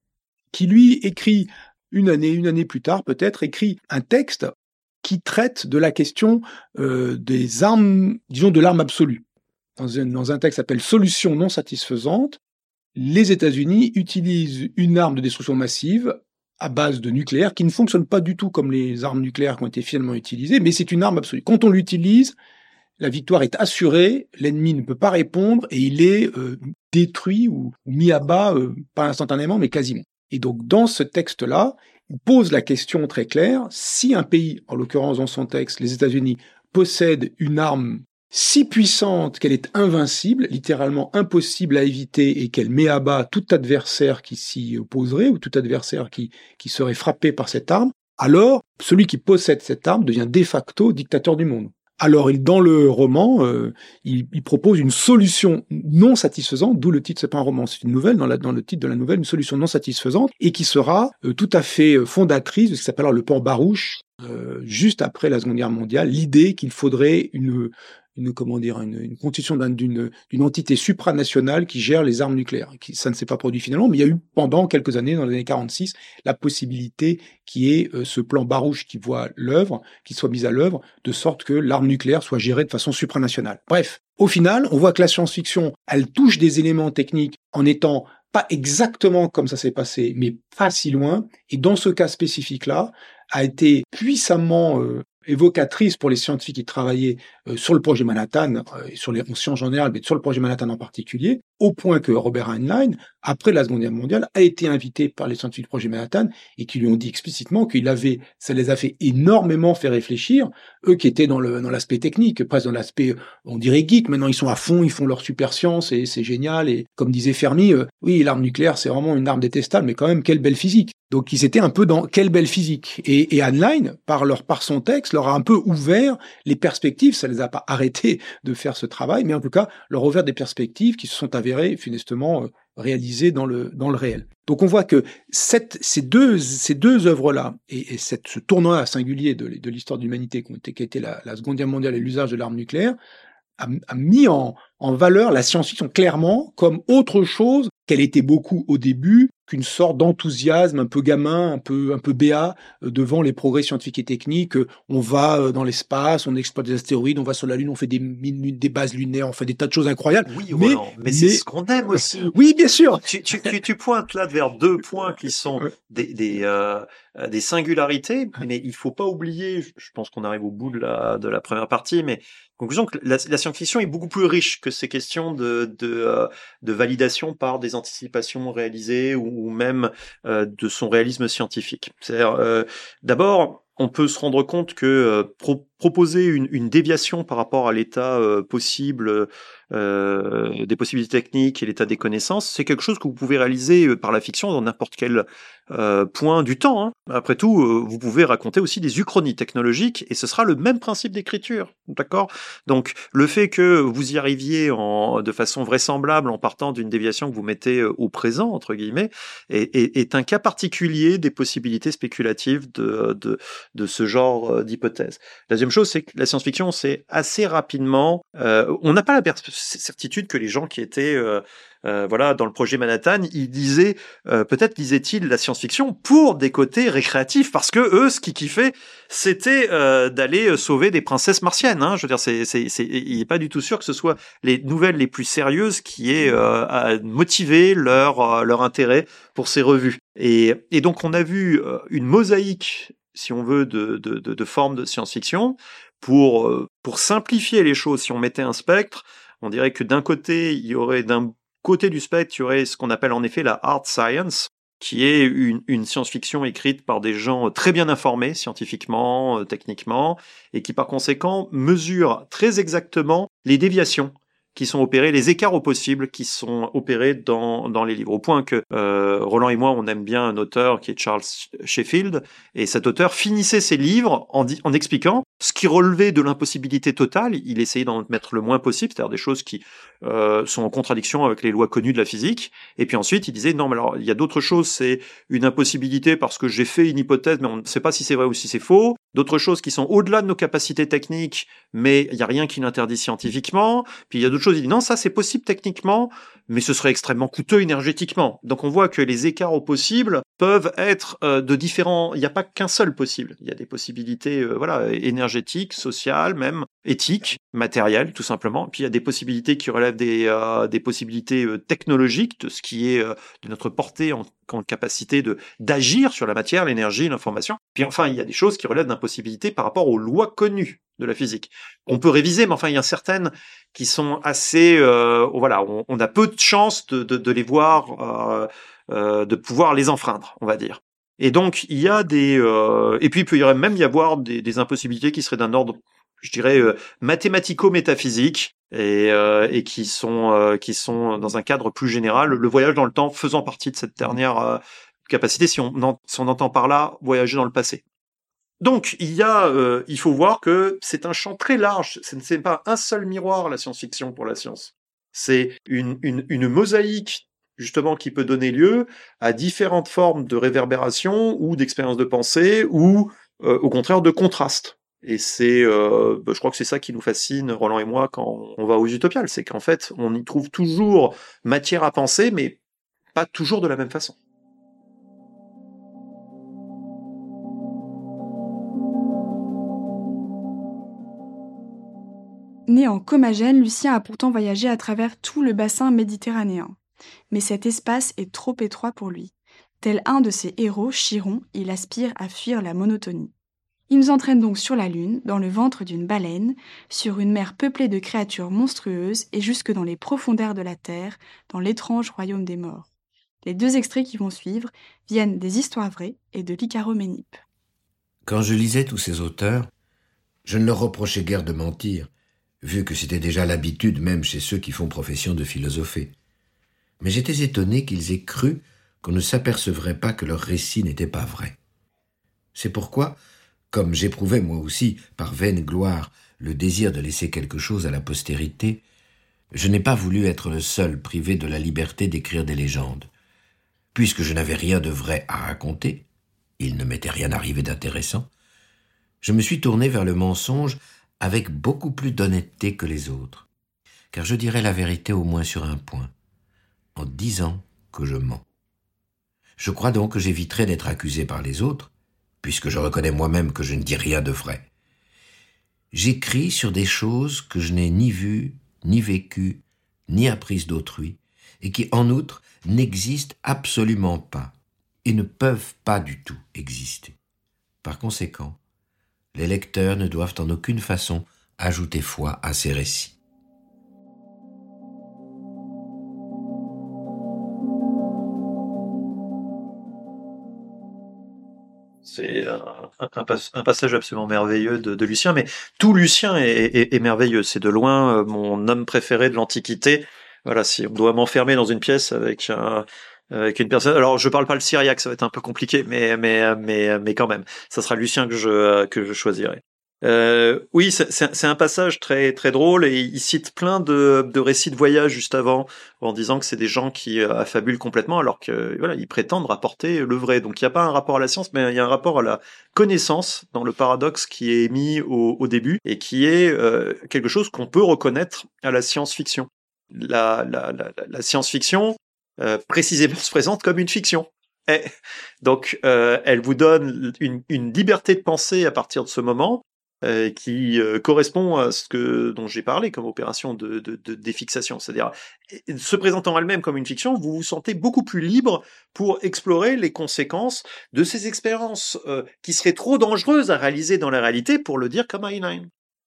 Speaker 3: qui lui écrit, une année, une année plus tard peut-être, écrit un texte qui traite de la question euh, des armes, disons de l'arme absolue. Dans un, dans un texte qui s'appelle « Solution non satisfaisante », les États-Unis utilisent une arme de destruction massive à base de nucléaire, qui ne fonctionne pas du tout comme les armes nucléaires qui ont été finalement utilisées, mais c'est une arme absolue. Quand on l'utilise, la victoire est assurée, l'ennemi ne peut pas répondre, et il est euh, détruit ou mis à bas, euh, pas instantanément, mais quasiment. Et donc, dans ce texte-là, il pose la question très claire, si un pays, en l'occurrence dans son texte, les États-Unis, possède une arme si puissante qu'elle est invincible, littéralement impossible à éviter et qu'elle met à bas tout adversaire qui s'y opposerait ou tout adversaire qui, qui serait frappé par cette arme, alors celui qui possède cette arme devient de facto dictateur du monde. Alors, il, dans le roman, euh, il, il propose une solution non satisfaisante, d'où le titre, c'est pas un roman, c'est une nouvelle, dans, la, dans le titre de la nouvelle, une solution non satisfaisante, et qui sera euh, tout à fait fondatrice de ce qui s'appelle alors le plan Barouche, euh, juste après la Seconde Guerre mondiale, l'idée qu'il faudrait une... une comment dire une, une constitution d'une d'une entité supranationale qui gère les armes nucléaires. Qui, ça ne s'est pas produit finalement, mais il y a eu pendant quelques années, dans les années quarante-six, la possibilité qui est euh, ce plan Barouche qui voit l'œuvre, qui soit mis à l'œuvre, de sorte que l'arme nucléaire soit gérée de façon supranationale. Bref, au final, on voit que la science-fiction, elle touche des éléments techniques en étant pas exactement comme ça s'est passé, mais pas si loin. Et dans ce cas spécifique-là, a été puissamment euh, évocatrice pour les scientifiques qui travaillaient euh, sur le projet Manhattan, euh, et sur les sciences en général, mais sur le projet Manhattan en particulier, au point que Robert Heinlein, après la Seconde Guerre mondiale, a été invité par les scientifiques du projet Manhattan et qui lui ont dit explicitement qu'il avait, ça les a fait énormément fait réfléchir, eux qui étaient dans le dans l'aspect technique, presque dans l'aspect, on dirait geek, maintenant ils sont à fond, ils font leur super science et c'est génial, et comme disait Fermi, euh, oui, l'arme nucléaire c'est vraiment une arme détestable, mais quand même quelle belle physique. Donc ils étaient un peu dans quelle belle physique. Et, et Heinlein, par leur par son texte, leur a un peu ouvert les perspectives, ça les a pas arrêtés de faire ce travail, mais en tout cas leur a ouvert des perspectives qui se sont avérées funestement euh, réalisées dans le dans le réel. Donc on voit que cette, ces deux ces deux œuvres-là et, et cette, ce tournant singulier de, de l'histoire de l'humanité qui a été la, la Seconde Guerre mondiale et l'usage de l'arme nucléaire a, a mis en, en valeur la science-fiction clairement comme autre chose qu'elle était beaucoup au début, qu'une sorte d'enthousiasme un peu gamin, un peu un peu béat euh, devant les progrès scientifiques et techniques. Euh, on va euh, dans l'espace, on exploite des astéroïdes, on va sur la Lune, on fait des, des bases lunaires, on fait des tas de choses incroyables.
Speaker 2: Oui,
Speaker 3: mais,
Speaker 2: Roland, mais, mais c'est ce qu'on aime aussi.
Speaker 3: Oui, bien sûr.
Speaker 2: Tu, tu, tu, tu pointes là vers deux points qui sont des des, euh, des singularités, mais il faut pas oublier. Je pense qu'on arrive au bout de la de la première partie, mais conclusion que la, la science-fiction est beaucoup plus riche que ces questions de de, euh, de validation par des anticipations réalisées ou, ou même euh, de son réalisme scientifique. C'est-à-dire, euh, d'abord, on peut se rendre compte que euh, pro- proposer une, une déviation par rapport à l'état euh, possible euh, des possibilités techniques et l'état des connaissances, c'est quelque chose que vous pouvez réaliser euh, par la fiction dans n'importe quel euh, point du temps. Hein. Après tout, euh, vous pouvez raconter aussi des uchronies technologiques et ce sera le même principe d'écriture, d'accord ? Donc, le fait que vous y arriviez en, de façon vraisemblable en partant d'une déviation que vous mettez euh, au présent, entre guillemets, est, est, est un cas particulier des possibilités spéculatives de, de, de ce genre euh, d'hypothèse. La deuxième chose, c'est que la science-fiction, c'est assez rapidement... Euh, on n'a pas la pers- certitude que les gens qui étaient... Euh, Euh, voilà, dans le projet Manhattan, ils disaient, euh, peut-être disaient-ils la science-fiction pour des côtés récréatifs, parce que eux, ce qu'ils kiffaient, c'était euh, d'aller sauver des princesses martiennes. Hein. Je veux dire, c'est, c'est, c'est, il est pas du tout sûr que ce soit les nouvelles les plus sérieuses qui aient euh, motivé leur euh, leur intérêt pour ces revues. Et, et donc, on a vu euh, une mosaïque, si on veut, de de, de, de formes de science-fiction pour euh, pour simplifier les choses. Si on mettait un spectre, on dirait que d'un côté, il y aurait d'un côté du spectre, il y aurait ce qu'on appelle en effet la hard science, qui est une, une science-fiction écrite par des gens très bien informés scientifiquement, euh, techniquement, et qui par conséquent mesurent très exactement les déviations qui sont opérées, les écarts au possible qui sont opérés dans, dans les livres. Au point que euh, Roland et moi, on aime bien un auteur qui est Charles Sheffield, et cet auteur finissait ses livres en, di- en expliquant ce qui relevait de l'impossibilité totale. Il essayait d'en mettre le moins possible, c'est-à-dire des choses qui euh, sont en contradiction avec les lois connues de la physique. Et puis ensuite, il disait, non, mais alors, il y a d'autres choses, c'est une impossibilité parce que j'ai fait une hypothèse, mais on ne sait pas si c'est vrai ou si c'est faux. D'autres choses qui sont au-delà de nos capacités techniques, mais il n'y a rien qui l'interdit scientifiquement. Puis il y a d'autres choses, il dit, non, ça c'est possible techniquement, mais ce serait extrêmement coûteux énergétiquement. Donc on voit que les écarts au possible peuvent être euh, de différents... Il n'y a pas qu'un seul possible. Il y a des possibilités euh, voilà, énergétiques, sociales, même éthiques, matérielles, tout simplement. Puis il y a des possibilités qui relèvent des, euh, des possibilités euh, technologiques, de ce qui est euh, de notre portée en, en capacité de d'agir sur la matière, l'énergie, l'information. Puis enfin, il y a des choses qui relèvent d'impossibilités par rapport aux lois connues de la physique. On peut réviser, mais enfin, il y a certaines qui sont assez... Euh, voilà, on, on a peu de chances de, de, de les voir... Euh, Euh, de pouvoir les enfreindre, on va dire. Et donc il y a des euh, et puis il peut y même y avoir des, des impossibilités qui seraient d'un ordre, je dirais, euh, mathématico-métaphysique et, euh, et qui sont euh, qui sont dans un cadre plus général, le voyage dans le temps faisant partie de cette dernière euh, capacité, si on, en, si on entend par là voyager dans le passé. Donc, il y a, euh, il faut voir que c'est un champ très large. Ce n'est pas un seul miroir, la science-fiction, pour la science. C'est une, une, une mosaïque, justement, qui peut donner lieu à différentes formes de réverbération ou d'expériences de pensée ou, euh, au contraire, de contraste. Et c'est, euh, je crois que c'est ça qui nous fascine, Roland et moi, quand on va aux Utopiales. C'est qu'en fait, on y trouve toujours matière à penser, mais pas toujours de la même façon.
Speaker 1: Né en Comagène, Lucien a pourtant voyagé à travers tout le bassin méditerranéen. Mais cet espace est trop étroit pour lui. Tel un de ses héros, Chiron, il aspire à fuir la monotonie. Il nous entraîne donc sur la Lune, dans le ventre d'une baleine, sur une mer peuplée de créatures monstrueuses et jusque dans les profondeurs de la Terre, dans l'étrange royaume des morts. Les deux extraits qui vont suivre viennent des histoires vraies et de l'Icaroménipe.
Speaker 4: Quand je lisais tous ces auteurs, je ne leur reprochais guère de mentir, vu que c'était déjà l'habitude même chez ceux qui font profession de philosopher. Mais j'étais étonné qu'ils aient cru qu'on ne s'apercevrait pas que leur récit n'était pas vrai. C'est pourquoi, comme j'éprouvais moi aussi, par vaine gloire, le désir de laisser quelque chose à la postérité, je n'ai pas voulu être le seul privé de la liberté d'écrire des légendes. Puisque je n'avais rien de vrai à raconter, il ne m'était rien arrivé d'intéressant, je me suis tourné vers le mensonge avec beaucoup plus d'honnêteté que les autres, car je dirais la vérité au moins sur un point, en disant que je mens. Je crois donc que j'éviterai d'être accusé par les autres, puisque je reconnais moi-même que je ne dis rien de vrai. J'écris sur des choses que je n'ai ni vues, ni vécues, ni apprises d'autrui, et qui, en outre, n'existent absolument pas, et ne peuvent pas du tout exister. Par conséquent, les lecteurs ne doivent en aucune façon ajouter foi à ces récits.
Speaker 2: C'est un, un, un passage absolument merveilleux de, de Lucien, mais tout Lucien est, est, est merveilleux. C'est de loin mon homme préféré de l'Antiquité. Voilà, si on doit m'enfermer dans une pièce avec un, avec une personne, alors je parle pas le syriaque, ça va être un peu compliqué, mais mais mais mais quand même, ça sera Lucien que je que je choisirai. Euh, oui, c'est, c'est un passage très très drôle et il cite plein de, de récits de voyage juste avant en disant que c'est des gens qui euh, affabulent complètement alors que voilà ils prétendent rapporter le vrai. Donc il n'y a pas un rapport à la science, mais il y a un rapport à la connaissance dans le paradoxe qui est mis au, au début et qui est euh, quelque chose qu'on peut reconnaître à la science-fiction. La, la, la, la science-fiction euh, précisément se présente comme une fiction. Et donc euh, elle vous donne une, une liberté de penser à partir de ce moment. Euh, qui euh, correspond à ce que dont j'ai parlé comme opération de, de, de défixation, c'est-à-dire se présentant elle-même comme une fiction, vous vous sentez beaucoup plus libre pour explorer les conséquences de ces expériences euh, qui seraient trop dangereuses à réaliser dans la réalité pour le dire comme Heinlein.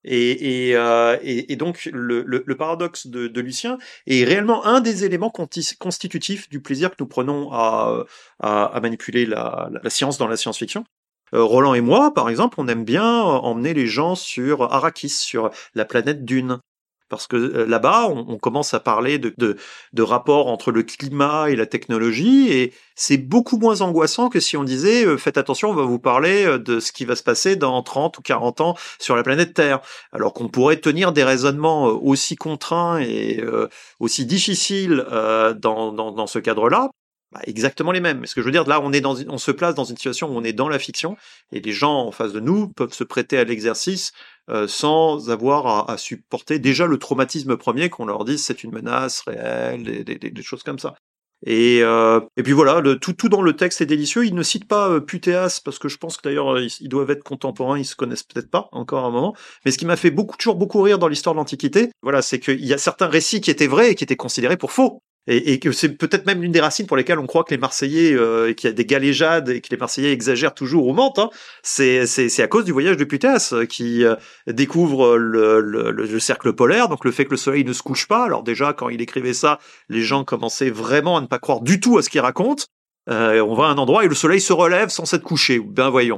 Speaker 2: Et, et, euh, et, et donc le, le, le paradoxe de, de Lucien est réellement un des éléments conti- constitutifs du plaisir que nous prenons à, à, à manipuler la, la, la science dans la science-fiction. Euh, Roland et moi, par exemple, on aime bien emmener les gens sur Arrakis, sur la planète Dune. Parce que euh, là-bas, on, on commence à parler de, de, de rapport entre le climat et la technologie, et c'est beaucoup moins angoissant que si on disait euh, « Faites attention, on va vous parler de ce qui va se passer dans trente ou quarante ans sur la planète Terre ». Alors qu'on pourrait tenir des raisonnements aussi contraints et euh, aussi difficiles euh, dans, dans, dans ce cadre-là, bah, exactement les mêmes. Ce que je veux dire, là, on est dans, on se place dans une situation où on est dans la fiction et les gens en face de nous peuvent se prêter à l'exercice euh, sans avoir à, à supporter déjà le traumatisme premier qu'on leur dise c'est une menace réelle, des, des, des choses comme ça. Et, euh, et puis voilà, le, tout, tout dans le texte est délicieux. Il ne cite pas euh, Putéas parce que je pense que d'ailleurs ils, ils doivent être contemporains, ils se connaissent peut-être pas encore à un moment. Mais ce qui m'a fait beaucoup, toujours beaucoup rire dans l'histoire de l'Antiquité, voilà, c'est qu'il y a certains récits qui étaient vrais et qui étaient considérés pour faux. Et, et que c'est peut-être même l'une des racines pour lesquelles on croit que les Marseillais, euh, et qu'il y a des galéjades et que les Marseillais exagèrent toujours ou mentent, hein. C'est, c'est, c'est à cause du voyage de Putéas euh, qui euh, découvre le, le, le cercle polaire, donc le fait que le soleil ne se couche pas. Alors déjà, quand il écrivait ça, les gens commençaient vraiment à ne pas croire du tout à ce qu'il raconte. Euh, on va à un endroit et le soleil se relève sans s'être couché. Ben voyons.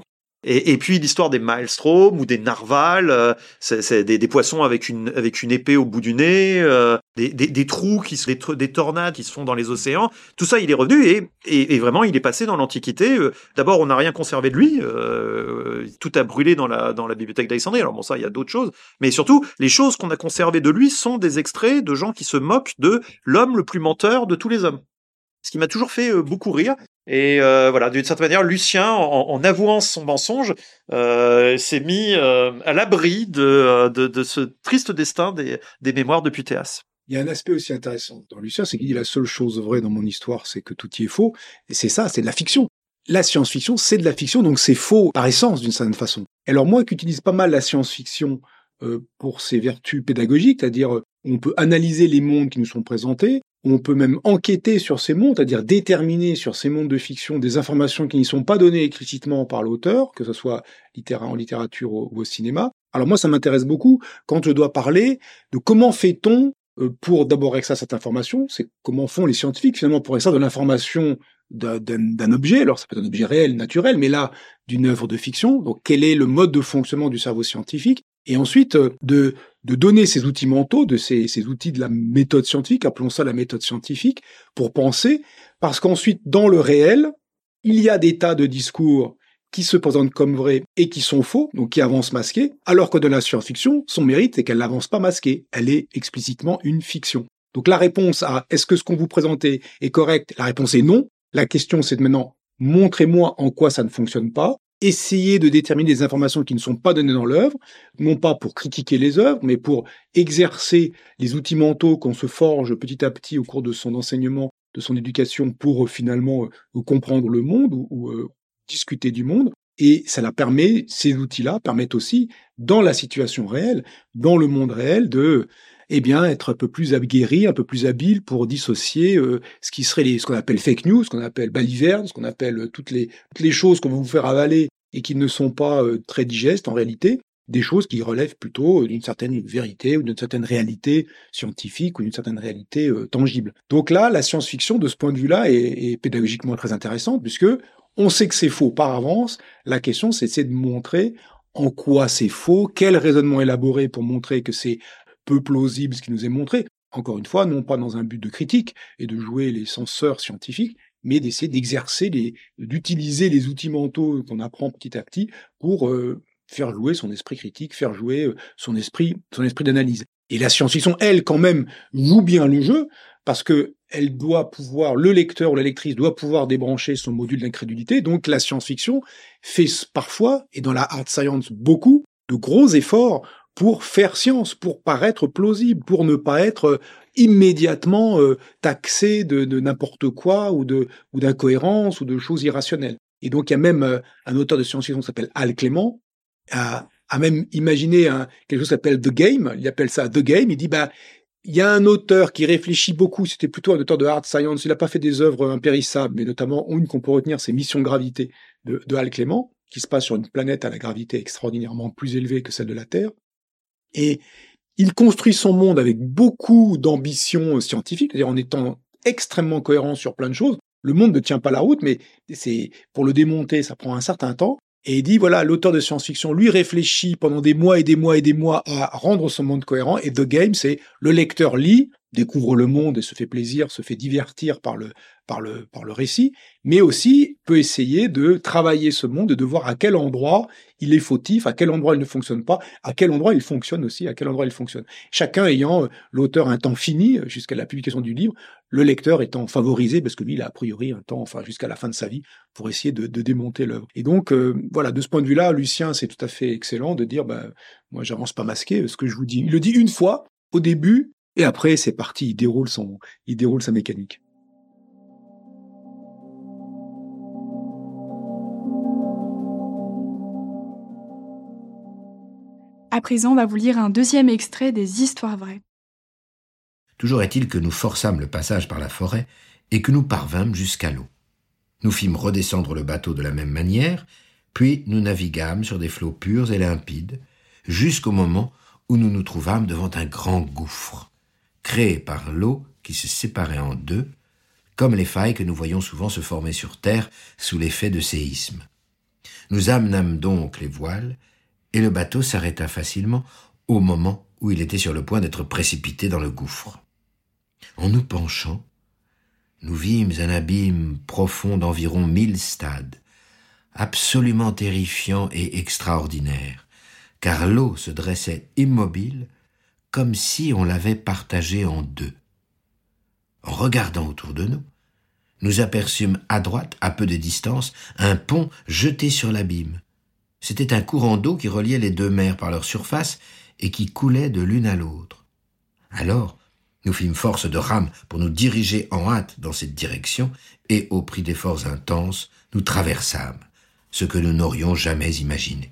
Speaker 2: Et, et puis l'histoire des maelstrom ou des narvals, euh, c'est, c'est des, des poissons avec une avec une épée au bout du nez, euh, des, des, des trous qui sont des, des tornades qui se font dans les océans. Tout ça, il est revenu et, et, et vraiment, il est passé dans l'Antiquité. D'abord, on n'a rien conservé de lui, euh, tout a brûlé dans la dans la bibliothèque d'Alexandrie. Alors bon, ça, il y a d'autres choses, mais surtout, les choses qu'on a conservées de lui sont des extraits de gens qui se moquent de l'homme le plus menteur de tous les hommes. Ce qui m'a toujours fait euh, beaucoup rire. Et euh, voilà, d'une certaine manière, Lucien, en, en avouant son mensonge, euh, s'est mis euh, à l'abri de, de, de ce triste destin des, des mémoires de Putéas.
Speaker 3: Il y a un aspect aussi intéressant dans Lucien, c'est qu'il dit la seule chose vraie dans mon histoire, c'est que tout y est faux. Et c'est ça, c'est de la fiction. La science-fiction, c'est de la fiction, donc c'est faux par essence d'une certaine façon. Alors moi qui utilise pas mal la science-fiction euh, pour ses vertus pédagogiques, c'est-à-dire euh, on peut analyser les mondes qui nous sont présentés, on peut même enquêter sur ces mondes, c'est-à-dire déterminer sur ces mondes de fiction des informations qui n'y sont pas données explicitement par l'auteur, que ce soit littéra- en littérature ou au cinéma. Alors moi, ça m'intéresse beaucoup quand je dois parler de comment fait-on euh, pour d'abord extraire cette information, c'est comment font les scientifiques finalement pour extraire de l'information d'un, d'un, d'un objet, alors ça peut être un objet réel, naturel, mais là, d'une œuvre de fiction, donc quel est le mode de fonctionnement du cerveau scientifique, et ensuite euh, de de donner ces outils mentaux, de ces, ces outils de la méthode scientifique, appelons ça la méthode scientifique, pour penser, parce qu'ensuite, dans le réel, il y a des tas de discours qui se présentent comme vrais et qui sont faux, donc qui avancent masqués, alors que dans la science-fiction, son mérite, c'est qu'elle n'avance pas masquée, elle est explicitement une fiction. Donc la réponse à « est-ce que ce qu'on vous présentait est correct ?» La réponse est non. La question, c'est de maintenant, montrez-moi en quoi ça ne fonctionne pas, essayer de déterminer des informations qui ne sont pas données dans l'œuvre, non pas pour critiquer les œuvres, mais pour exercer les outils mentaux qu'on se forge petit à petit au cours de son enseignement, de son éducation, pour euh, finalement euh, comprendre le monde ou, ou euh, discuter du monde. Et ça la permet, ces outils-là permettent aussi, dans la situation réelle, dans le monde réel, de eh bien, être un peu plus aguerri, un peu plus habile pour dissocier euh, ce qui serait les, ce qu'on appelle fake news, ce qu'on appelle balivernes, ce qu'on appelle euh, toutes les, toutes les choses qu'on va vous faire avaler et qui ne sont pas euh, très digestes en réalité, des choses qui relèvent plutôt d'une certaine vérité ou d'une certaine réalité scientifique ou d'une certaine réalité euh, tangible. Donc là, la science-fiction, de ce point de vue-là, est, est pédagogiquement très intéressante, puisque on sait que c'est faux par avance. La question, c'est, c'est de montrer en quoi c'est faux, quel raisonnement élaboré pour montrer que c'est peu plausible ce qui nous est montré. Encore une fois, non pas dans un but de critique et de jouer les censeurs scientifiques, mais d'essayer d'exercer, les, d'utiliser les outils mentaux qu'on apprend petit à petit pour euh, faire jouer son esprit critique, faire jouer euh, son esprit, son esprit d'analyse. Et la science-fiction, elle, quand même, joue bien le jeu, parce que elle doit pouvoir, le lecteur ou la lectrice doit pouvoir débrancher son module d'incrédulité. Donc la science-fiction fait parfois, et dans la hard science beaucoup, de gros efforts pour faire science, pour paraître plausible, pour ne pas être immédiatement euh, taxé de, de n'importe quoi ou de ou d'incohérence ou de choses irrationnelles. Et donc il y a même euh, un auteur de science-fiction qui s'appelle Hal Clement a, a même imaginé un, quelque chose qui s'appelle The Game. Il appelle ça The Game. Il dit bah il y a un auteur qui réfléchit beaucoup. C'était plutôt un auteur de hard science. Il n'a pas fait des œuvres impérissables, mais notamment une qu'on peut retenir, c'est Mission Gravité de, de Hal Clement, qui se passe sur une planète à la gravité extraordinairement plus élevée que celle de la Terre. Et il construit son monde avec beaucoup d'ambition scientifique, c'est-à-dire en étant extrêmement cohérent sur plein de choses. Le monde ne tient pas la route, mais c'est pour le démonter, ça prend un certain temps. Et il dit, voilà, l'auteur de science-fiction, lui, réfléchit pendant des mois et des mois et des mois à rendre son monde cohérent. Et The Game, c'est le lecteur lit, découvre le monde et se fait plaisir, se fait divertir par le, par le, par le récit, mais aussi peut essayer de travailler ce monde et de voir à quel endroit il est fautif, à quel endroit il ne fonctionne pas, à quel endroit il fonctionne aussi, à quel endroit il fonctionne. Chacun ayant, l'auteur un temps fini jusqu'à la publication du livre, le lecteur étant favorisé parce que lui, il a a priori un temps, enfin jusqu'à la fin de sa vie, pour essayer de, de démonter l'œuvre. Et donc, euh, voilà, de ce point de vue-là, Lucien, c'est tout à fait excellent de dire, ben, moi, j'avance pas masqué, ce que je vous dis. Il le dit une fois, au début, et après, c'est parti, il déroule son, il déroule sa mécanique.
Speaker 1: À présent, on va vous lire un deuxième extrait des Histoires vraies.
Speaker 4: Toujours est-il que nous forçâmes le passage par la forêt et que nous parvînmes jusqu'à l'eau. Nous fîmes redescendre le bateau de la même manière, puis nous naviguâmes sur des flots purs et limpides, jusqu'au moment où nous nous trouvâmes devant un grand gouffre, créé par l'eau qui se séparait en deux, comme les failles que nous voyons souvent se former sur Terre sous l'effet de séismes. Nous amenâmes donc les voiles, et le bateau s'arrêta facilement au moment où il était sur le point d'être précipité dans le gouffre. En nous penchant, nous vîmes un abîme profond d'environ mille stades, absolument terrifiant et extraordinaire, car l'eau se dressait immobile, comme si on l'avait partagée en deux. En regardant autour de nous, nous aperçûmes à droite, à peu de distance, un pont jeté sur l'abîme. C'était un courant d'eau qui reliait les deux mers par leur surface et qui coulait de l'une à l'autre. Alors, nous fîmes force de rames pour nous diriger en hâte dans cette direction et, au prix d'efforts intenses, nous traversâmes, ce que nous n'aurions jamais imaginé.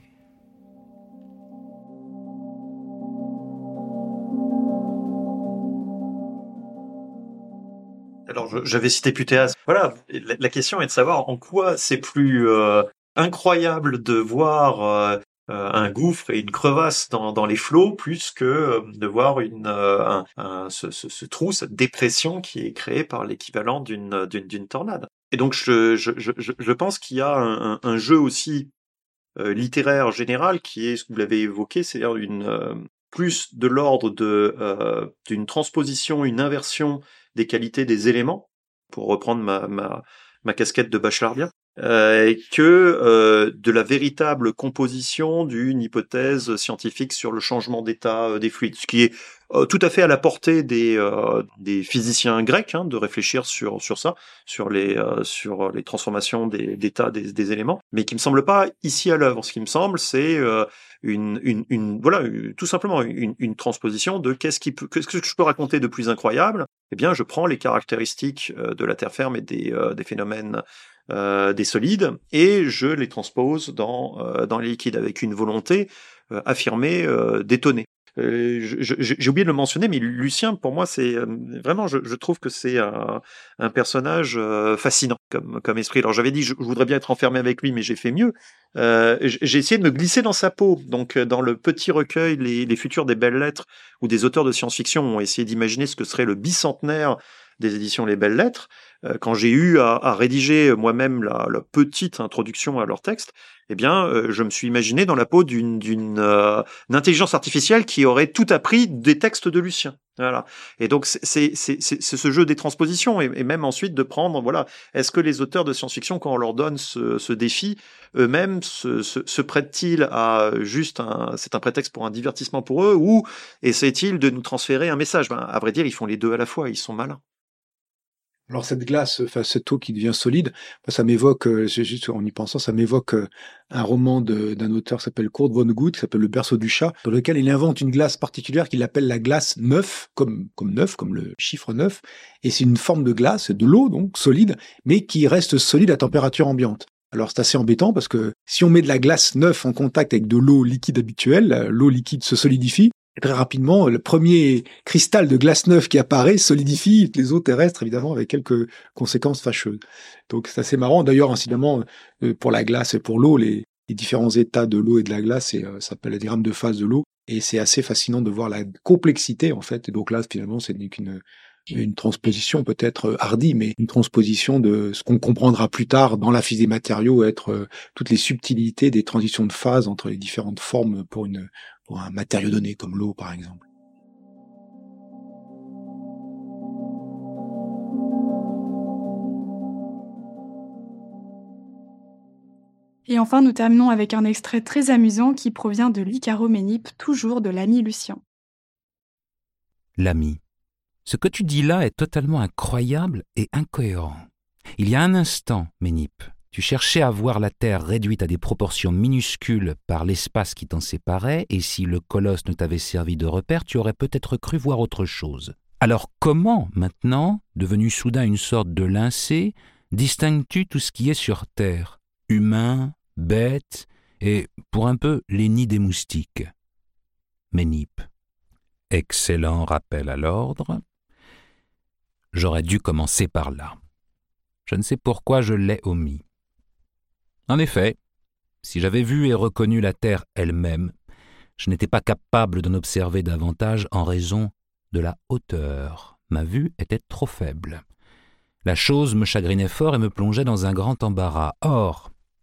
Speaker 2: Alors, je- j'avais cité Putéas. Voilà, la, la question est de savoir en quoi c'est plus euh, incroyable de voir euh, euh, un gouffre et une crevasse dans, dans les flots, plus que euh, de voir une, euh, un, un- ce, ce, ce trou, cette dépression qui est créée par l'équivalent d'une, d'une, d'une tornade. Et donc, je, je, je, je je pense qu'il y a un, un, un jeu aussi euh, littéraire général qui est ce que vous l'avez évoqué, c'est-à-dire une euh, plus de l'ordre de euh, d'une transposition, une inversion des qualités des éléments, pour reprendre ma ma, ma casquette de bachelardien, euh, que euh, de la véritable composition d'une hypothèse scientifique sur le changement d'état euh, des fluides, ce qui est euh, tout à fait à la portée des euh, des physiciens grecs, hein, de réfléchir sur sur ça, sur les euh, sur les transformations des d'état des, des éléments, mais qui me semble pas ici à l'œuvre. Ce qui me semble, c'est euh, une, une, une, voilà, une- tout simplement une, une transposition de qu'est-ce qui peut, qu'est-ce que je peux raconter de plus incroyable. Eh bien, je prends les caractéristiques euh, de la terre ferme et des, euh, des phénomènes euh, des solides et je les transpose dans, euh, dans les liquides avec une volonté euh, affirmée euh, d'étonner. Euh, je- je- j'ai oublié de le mentionner, mais Lucien, pour moi, c'est euh, vraiment, je, je trouve que c'est un, un personnage euh, fascinant comme, comme esprit. Alors j'avais dit, je, je voudrais bien être enfermé avec lui, mais j'ai fait mieux. Euh, j- j'ai essayé de me glisser dans sa peau. Donc, euh, dans le petit recueil, les, les futurs des belles lettres, où des auteurs de science-fiction ont essayé d'imaginer ce que serait le bicentenaire des éditions Les Belles Lettres, euh, quand j'ai eu à, à rédiger moi-même la, la petite introduction à leur texte, eh bien, euh, je me suis imaginé dans la peau d'une d'une euh, intelligence artificielle qui aurait tout appris des textes de Lucien. Voilà. Et donc, c'est c'est c'est c'est ce jeu des transpositions et, et même ensuite de prendre, voilà, est-ce que les auteurs de science-fiction, quand on leur donne ce, ce défi, eux-mêmes se, se, se prêtent-ils à juste un, c'est un prétexte pour un divertissement pour eux, ou essaient-ils de nous transférer un message? Ben, à vrai dire, ils font les deux à la fois, ils sont malins.
Speaker 3: Alors cette glace, enfin cette eau qui devient solide, moi, ça m'évoque, euh, j'ai juste en y pensant, ça m'évoque euh, un roman de- d'un auteur qui s'appelle Kurt Vonnegut, qui s'appelle Le Berceau du chat, dans lequel il invente une glace particulière qu'il appelle la glace neuf, comme comme neuf, comme le chiffre neuf, et c'est une forme de glace, de l'eau donc solide, mais qui reste solide à température ambiante. Alors c'est assez embêtant parce que si on met de la glace neuve en contact avec de l'eau liquide habituelle, euh, l'eau liquide se solidifie. Et très rapidement, le premier cristal de glace neuve qui apparaît solidifie les eaux terrestres, évidemment, avec quelques conséquences fâcheuses. Donc c'est assez marrant. D'ailleurs, incidemment, euh, pour la glace et pour l'eau, les, les différents états de l'eau et de la glace, et, euh, ça s'appelle le diagramme de phase de l'eau. Et c'est assez fascinant de voir la complexité, en fait. Et donc là, finalement, c'est qu'une une transposition peut-être hardie, mais une transposition de ce qu'on comprendra plus tard dans la physique des matériaux, être euh, toutes les subtilités des transitions de phase entre les différentes formes pour une pour un matériau donné, comme l'eau par exemple.
Speaker 1: Et enfin, nous terminons avec un extrait très amusant qui provient de l'Icaroménipe, toujours de l'ami Lucien.
Speaker 5: L'ami, ce que tu dis là est totalement incroyable et incohérent. Il y a un instant, Ménippe, tu cherchais à voir la Terre réduite à des proportions minuscules par l'espace qui t'en séparait, et si le colosse ne t'avait servi de repère, tu aurais peut-être cru voir autre chose. Alors comment, maintenant, devenu soudain une sorte de lincé, distingues-tu tout ce qui est sur Terre, humain, bête, et, pour un peu, les nids des moustiques? Ménippe. Excellent rappel à l'ordre. J'aurais dû commencer par là. Je ne sais pourquoi je l'ai omis. En effet, si j'avais vu et reconnu la Terre elle-même, je n'étais pas capable d'en observer davantage en raison de la hauteur. Ma vue était trop faible. La chose me chagrinait fort et me plongeait dans un grand embarras. Or,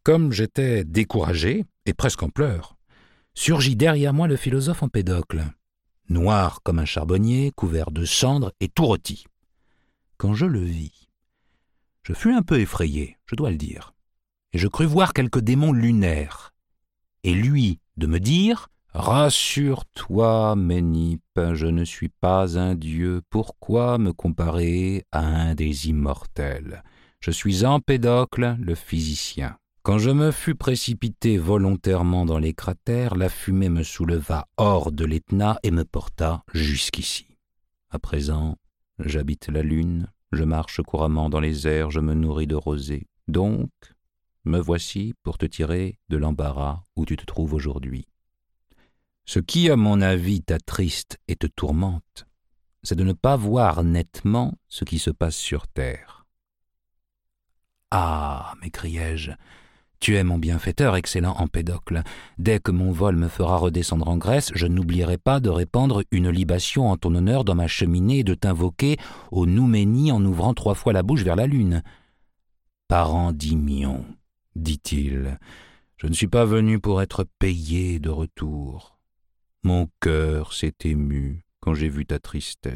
Speaker 5: Comme j'étais découragé, et presque en pleurs, surgit derrière moi le philosophe Empédocle, noir comme un charbonnier, couvert de cendres et tout rôti. Quand je le vis, je fus un peu effrayé, je dois le dire, et je crus voir quelques démons lunaires, et lui de me dire « Rassure-toi, Ménippe, je ne suis pas un dieu, pourquoi me comparer à un des immortels ? Je suis Empédocle, le physicien. » Quand je me fus précipité volontairement dans les cratères, la fumée me souleva hors de l'Etna et me porta jusqu'ici. À présent, j'habite la lune, je marche couramment dans les airs, je me nourris de rosée. Donc, me voici pour te tirer de l'embarras où tu te trouves aujourd'hui. Ce qui, à mon avis, t'attriste et te tourmente, c'est de ne pas voir nettement ce qui se passe sur terre. « Ah !» m'écriai-je, « tu es mon bienfaiteur, excellent Empédocle. Dès que mon vol me fera redescendre en Grèce, je n'oublierai pas de répandre une libation en ton honneur dans ma cheminée et de t'invoquer au Nouménie en ouvrant trois fois la bouche vers la lune. »« Par Endymion, dit-il, je ne suis pas venu pour être payé de retour. Mon cœur s'est ému quand j'ai vu ta tristesse. »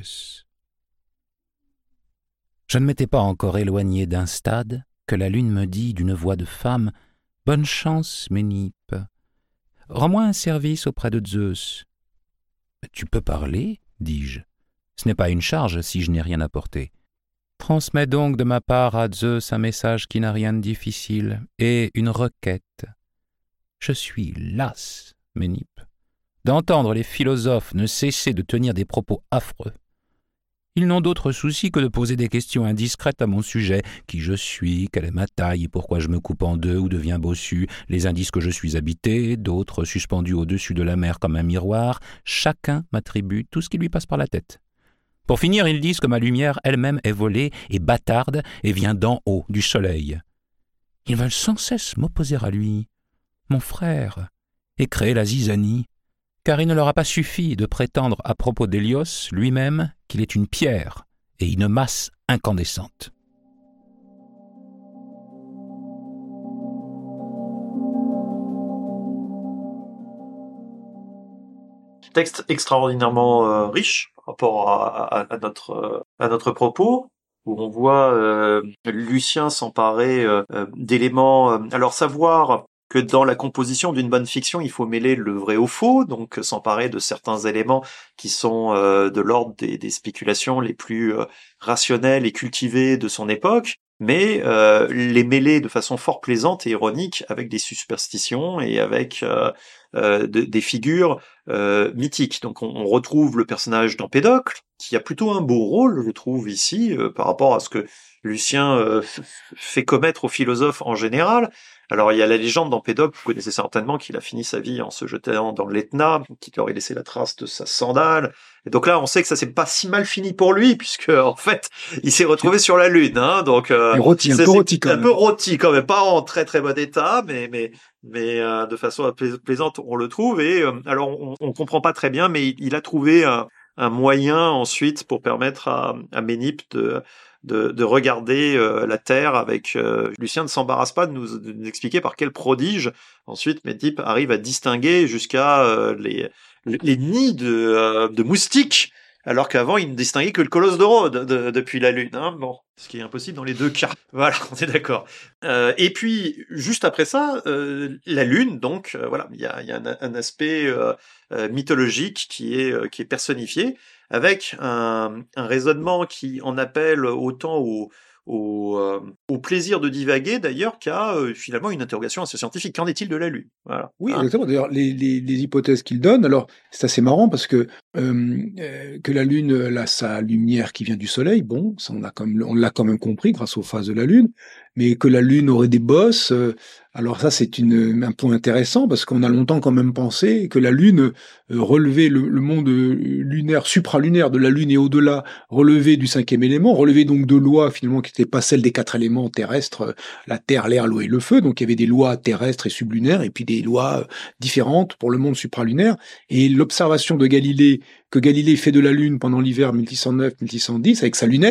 Speaker 5: Je ne m'étais pas encore éloigné d'un stade que la lune me dit d'une voix de femme « Bonne chance, Ménippe. Rends-moi un service auprès de Zeus. »« Tu peux parler, dis-je. Ce n'est pas une charge si je n'ai rien apporté. Transmets donc de ma part à Zeus un message qui n'a rien de difficile et une requête. Je suis las, Ménippe, d'entendre les philosophes ne cesser de tenir des propos affreux. Ils n'ont d'autre souci que de poser des questions indiscrètes à mon sujet. Qui je suis, quelle est ma taille et pourquoi je me coupe en deux ou deviens bossu, les indices que je suis habité, d'autres suspendus au-dessus de la mer comme un miroir. Chacun m'attribue tout ce qui lui passe par la tête. Pour finir, ils disent que ma lumière elle-même est volée et bâtarde et vient d'en haut, du soleil. Ils veulent sans cesse m'opposer à lui, mon frère, et créer la zizanie. Car il ne leur a pas suffi de prétendre à propos d'Hélios lui-même qu'il est une pierre et une masse incandescente.
Speaker 2: Texte extraordinairement euh, riche par rapport à, à, à notre euh, à notre propos, où on voit euh, Lucien s'emparer euh, d'éléments. Euh, alors savoir que dans la composition d'une bonne fiction, il faut mêler le vrai au faux, donc s'emparer de certains éléments qui sont euh, de l'ordre des, des spéculations les plus euh, rationnelles et cultivées de son époque, mais euh, les mêler de façon fort plaisante et ironique avec des superstitions et avec euh, euh, de, des figures euh, mythiques. Donc on, on retrouve le personnage d'Empédocle, qui a plutôt un beau rôle, je trouve, ici, euh, par rapport à ce que Lucien euh, f- fait commettre aux philosophes en général. Alors il y a la légende d'Empédocle, vous connaissez certainement, qu'il a fini sa vie en se jetant dans l'Etna, qu'il aurait laissé la trace de sa sandale. Et donc là, on sait que ça s'est pas si mal fini pour lui, puisque en fait, il s'est retrouvé sur la Lune, hein. Donc euh,
Speaker 3: rôti, un peu rôti quand même.
Speaker 2: Un peu rôti quand même, pas en très très bon état, mais mais mais euh, de façon plaisante, on le trouve. Et euh, alors on, on comprend pas très bien, mais il, il a trouvé un, un moyen ensuite pour permettre à, à Ménippe de De, de regarder euh, la Terre avec euh, Lucien ne s'embarrasse pas de nous, de nous expliquer par quel prodige ensuite Ménippe arrive à distinguer jusqu'à euh, les, les nids de, euh, de moustiques, alors qu'avant il ne distinguait que le colosse de Rhodes de, depuis la Lune, hein, bon, ce qui est impossible dans les deux cas. Voilà, on est d'accord. Euh, et puis juste après ça, euh, la Lune, donc euh, voilà, il y a, y a un, un aspect euh, euh, mythologique qui est euh, qui est personnifié, avec un, un raisonnement qui en appelle autant au, au, euh, au plaisir de divaguer d'ailleurs qu'à euh, finalement une interrogation assez scientifique. Qu'en est-il de la Lune? Voilà.
Speaker 3: Oui,
Speaker 2: Hein?
Speaker 3: exactement. D'ailleurs, les, les, les hypothèses qu'il donne, alors c'est assez marrant parce que euh, euh, que la Lune elle a sa lumière qui vient du Soleil, bon, ça on a quand même, on l'a quand même compris grâce aux phases de la Lune, mais que la Lune aurait des bosses. Euh, alors ça, c'est une, un point intéressant parce qu'on a longtemps quand même pensé que la Lune euh, relevait le, le monde lunaire, supralunaire de la Lune et au-delà, relevait du cinquième élément, relevait donc de lois finalement qui n'étaient pas celles des quatre éléments terrestres, la terre, l'air, l'eau et le feu. Donc il y avait des lois terrestres et sublunaires et puis des lois différentes pour le monde supralunaire. Et l'observation de Galilée, que Galilée fait de la Lune pendant l'hiver mille six cent neuf mille six cent dix avec sa lunette,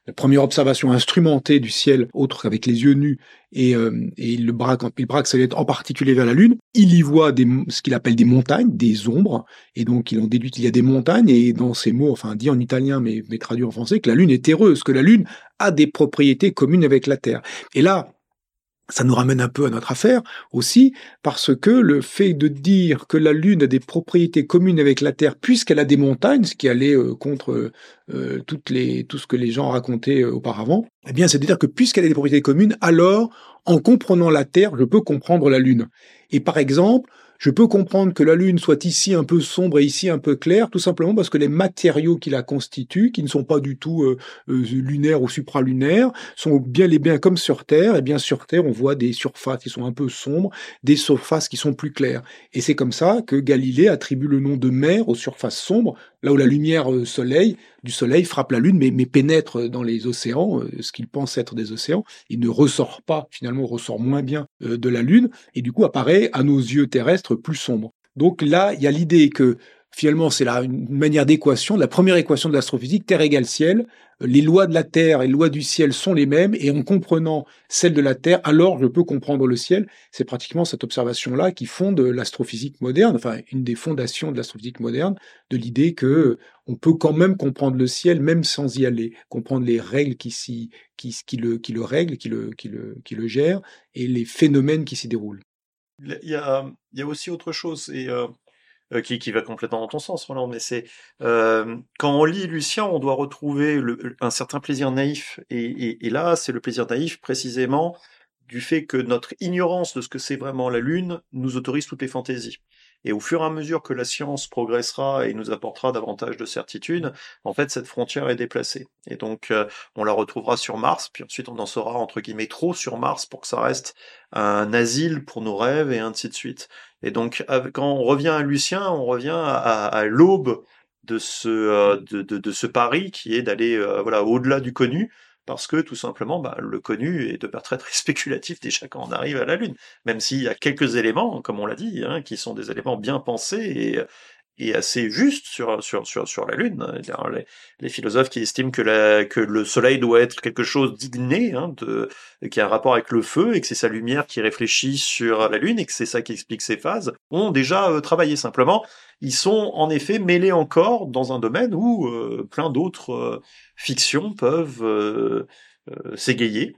Speaker 3: la première observation instrumentée du ciel, autre qu'avec les yeux nus, et, euh, et il le braque, il braque sa lunette en particulier vers la Lune. Il y voit des, ce qu'il appelle des montagnes, des ombres, et donc il en déduit qu'il y a des montagnes, et dans ces mots, enfin dit en italien, mais, mais traduit en français, que la Lune est terreuse, que la Lune a des propriétés communes avec la Terre. Et là, ça nous ramène un peu à notre affaire aussi, parce que le fait de dire que la Lune a des propriétés communes avec la Terre, puisqu'elle a des montagnes, ce qui allait euh, contre euh, toutes les, tout ce que les gens racontaient euh, auparavant, eh bien, c'est de dire que puisqu'elle a des propriétés communes, alors, en comprenant la Terre, je peux comprendre la Lune. Et par exemple, je peux comprendre que la Lune soit ici un peu sombre et ici un peu claire, tout simplement parce que les matériaux qui la constituent, qui ne sont pas du tout euh, euh, lunaires ou supralunaires, sont bien les bien comme sur Terre. Et bien sur Terre, on voit des surfaces qui sont un peu sombres, des surfaces qui sont plus claires. Et c'est comme ça que Galilée attribue le nom de mer aux surfaces sombres, là où la lumière euh, soleil, du soleil frappe la Lune, mais, mais pénètre dans les océans, euh, ce qu'il pense être des océans. Il ne ressort pas, finalement, ressort moins bien euh, de la Lune, et du coup apparaît à nos yeux terrestres plus sombre. Donc là, il y a l'idée que finalement c'est là une manière d'équation, la première équation de l'astrophysique, Terre égale ciel, les lois de la Terre et les lois du ciel sont les mêmes, et en comprenant celles de la Terre, alors je peux comprendre le ciel. C'est pratiquement cette observation-là qui fonde l'astrophysique moderne, enfin une des fondations de l'astrophysique moderne, de l'idée que on peut quand même comprendre le ciel même sans y aller, comprendre les règles qui, s'y, qui, qui, le, qui le règlent, qui le, qui, le, qui le gèrent, et les phénomènes qui s'y déroulent.
Speaker 2: Il y a, il y a aussi autre chose, et euh, qui, qui va complètement dans ton sens, Roland, mais c'est euh, quand on lit Lucien, on doit retrouver le, un certain plaisir naïf, et, et, et là, c'est le plaisir naïf précisément du fait que notre ignorance de ce que c'est vraiment la Lune nous autorise toutes les fantaisies. Et au fur et à mesure que la science progressera et nous apportera davantage de certitudes, en fait, cette frontière est déplacée. Et donc, euh, on la retrouvera sur Mars, puis ensuite on en saura, entre guillemets, trop sur Mars pour que ça reste un asile pour nos rêves, et ainsi de suite. Et donc, quand on revient à Lucien, on revient à, à, à l'aube de ce, euh, de, de, de ce pari qui est d'aller euh, voilà, au-delà du connu, parce que tout simplement, bah, le connu est de part très très spéculatif déjà quand on arrive à la Lune, même s'il y a quelques éléments, comme on l'a dit, hein, qui sont des éléments bien pensés et, et assez justes sur sur sur sur la Lune. Les, les philosophes qui estiment que la que le Soleil doit être quelque chose d'inné, hein, de qui a un rapport avec le feu, et que c'est sa lumière qui réfléchit sur la Lune, et que c'est ça qui explique ses phases, ont déjà euh, travaillé. Simplement, ils sont en effet mêlés encore dans un domaine où euh, plein d'autres euh, fictions peuvent euh, euh, s'égayer.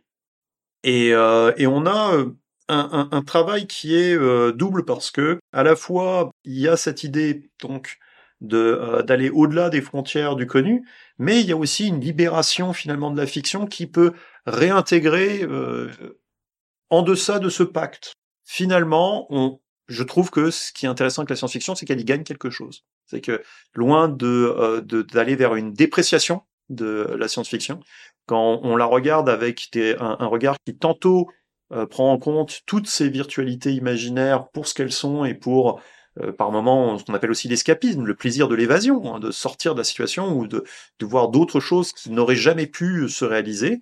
Speaker 2: Et, euh, et on a euh, un, un, un travail qui est euh, double, parce que à la fois il y a cette idée donc de euh, d'aller au-delà des frontières du connu, mais il y a aussi une libération finalement de la fiction qui peut réintégrer euh, en deçà de ce pacte. Finalement, on je trouve que ce qui est intéressant avec la science-fiction, c'est qu'elle y gagne quelque chose. C'est que loin de, euh, de d'aller vers une dépréciation de la science-fiction, quand on la regarde avec des, un, un regard qui tantôt euh, prend en compte toutes ces virtualités imaginaires pour ce qu'elles sont, et pour euh, par moments ce qu'on appelle aussi l'escapisme, le plaisir de l'évasion, hein, de sortir de la situation ou de, de voir d'autres choses qui n'auraient jamais pu se réaliser.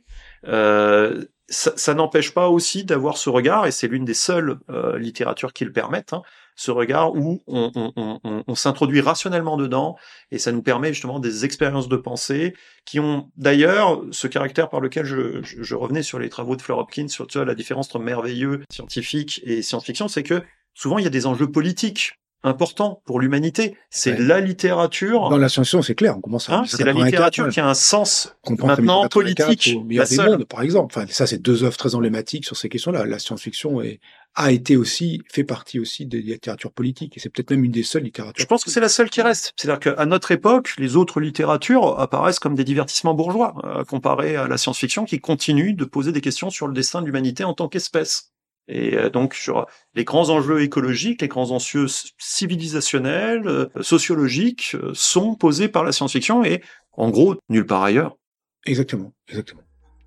Speaker 2: Euh, ça, ça n'empêche pas aussi d'avoir ce regard, et c'est l'une des seules euh, littératures qui le permettent, hein, ce regard où on, on, on, on s'introduit rationnellement dedans, et ça nous permet justement des expériences de pensée qui ont d'ailleurs ce caractère par lequel je, je, je revenais sur les travaux de Fleur Hopkins, sur tu vois, la différence entre merveilleux scientifique et science-fiction, c'est que souvent il y a des enjeux politiques importants pour l'humanité. C'est ouais. La littérature.
Speaker 3: Dans la science-fiction, c'est clair. On commence à.
Speaker 2: Hein, c'est la littérature qui a un sens maintenant politique.
Speaker 3: Au meilleur des mondes, par exemple. Enfin, ça, c'est deux œuvres très emblématiques sur ces questions-là. La science-fiction est, a été aussi, fait partie aussi des littératures politiques. Et c'est peut-être même une des seules littératures.
Speaker 2: Je pense que c'est la seule qui reste. C'est-à-dire qu'à notre époque, les autres littératures apparaissent comme des divertissements bourgeois, euh, comparés à la science-fiction qui continue de poser des questions sur le destin de l'humanité en tant qu'espèce. Et donc sur les grands enjeux écologiques, les grands enjeux civilisationnels, euh, sociologiques, euh, sont posés par la science-fiction, et en gros nulle part ailleurs.
Speaker 3: Exactement, exactement.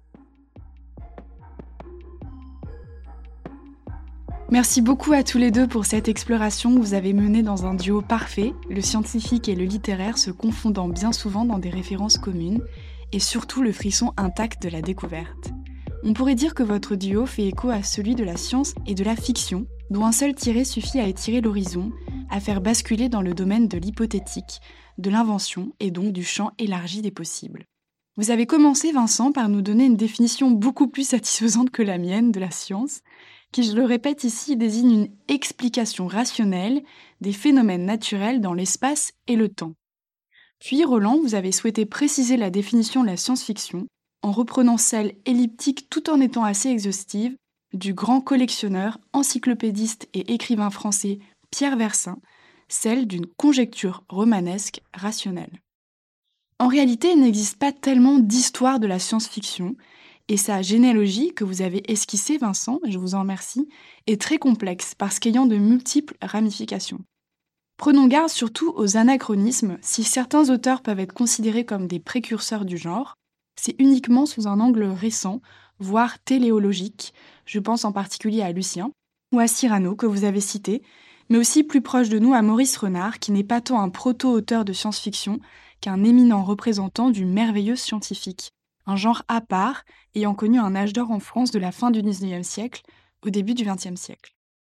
Speaker 1: Merci beaucoup à tous les deux pour cette exploration que vous avez menée dans un duo parfait, le scientifique et le littéraire se confondant bien souvent dans des références communes, et surtout le frisson intact de la découverte. On pourrait dire que votre duo fait écho à celui de la science et de la fiction, dont un seul tiré suffit à étirer l'horizon, à faire basculer dans le domaine de l'hypothétique, de l'invention et donc du champ élargi des possibles. Vous avez commencé, Vincent, par nous donner une définition beaucoup plus satisfaisante que la mienne de la science, qui, je le répète ici, désigne une explication rationnelle des phénomènes naturels dans l'espace et le temps. Puis, Roland, vous avez souhaité préciser la définition de la science-fiction en reprenant celle elliptique tout en étant assez exhaustive du grand collectionneur, encyclopédiste et écrivain français Pierre Versin, celle d'une conjecture romanesque rationnelle. En réalité, il n'existe pas tellement d'histoire de la science-fiction, et sa généalogie, que vous avez esquissée, Vincent, et je vous en remercie, est très complexe parce qu'ayant de multiples ramifications. Prenons garde surtout aux anachronismes. Si certains auteurs peuvent être considérés comme des précurseurs du genre, c'est uniquement sous un angle récent, voire téléologique. Je pense en particulier à Lucien, ou à Cyrano, que vous avez cité, mais aussi plus proche de nous à Maurice Renard, qui n'est pas tant un proto-auteur de science-fiction qu'un éminent représentant du merveilleux scientifique, un genre à part ayant connu un âge d'or en France de la fin du dix-neuvième siècle au début du vingtième siècle.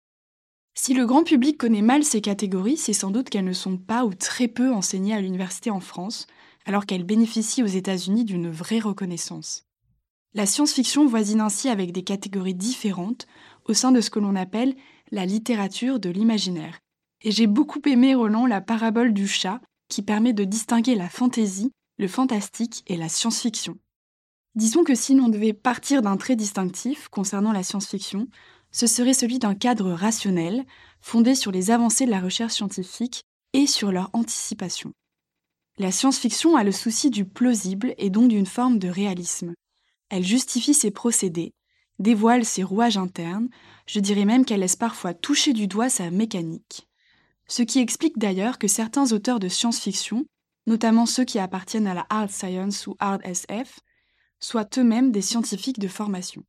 Speaker 1: Si le grand public connaît mal ces catégories, c'est sans doute qu'elles ne sont pas ou très peu enseignées à l'université en France, alors qu'elles bénéficient aux États-Unis d'une vraie reconnaissance. La science-fiction voisine ainsi avec des catégories différentes au sein de ce que l'on appelle la littérature de l'imaginaire. Et j'ai beaucoup aimé, Roland, la parabole du chat qui permet de distinguer la fantaisie, le fantastique et la science-fiction. Disons que si l'on devait partir d'un trait distinctif concernant la science-fiction, ce serait celui d'un cadre rationnel, fondé sur les avancées de la recherche scientifique et sur leur anticipation. La science-fiction a le souci du plausible et donc d'une forme de réalisme. Elle justifie ses procédés, dévoile ses rouages internes, je dirais même qu'elle laisse parfois toucher du doigt sa mécanique. Ce qui explique d'ailleurs que certains auteurs de science-fiction, notamment ceux qui appartiennent à la hard science ou hard S F, soient eux-mêmes des scientifiques de formation.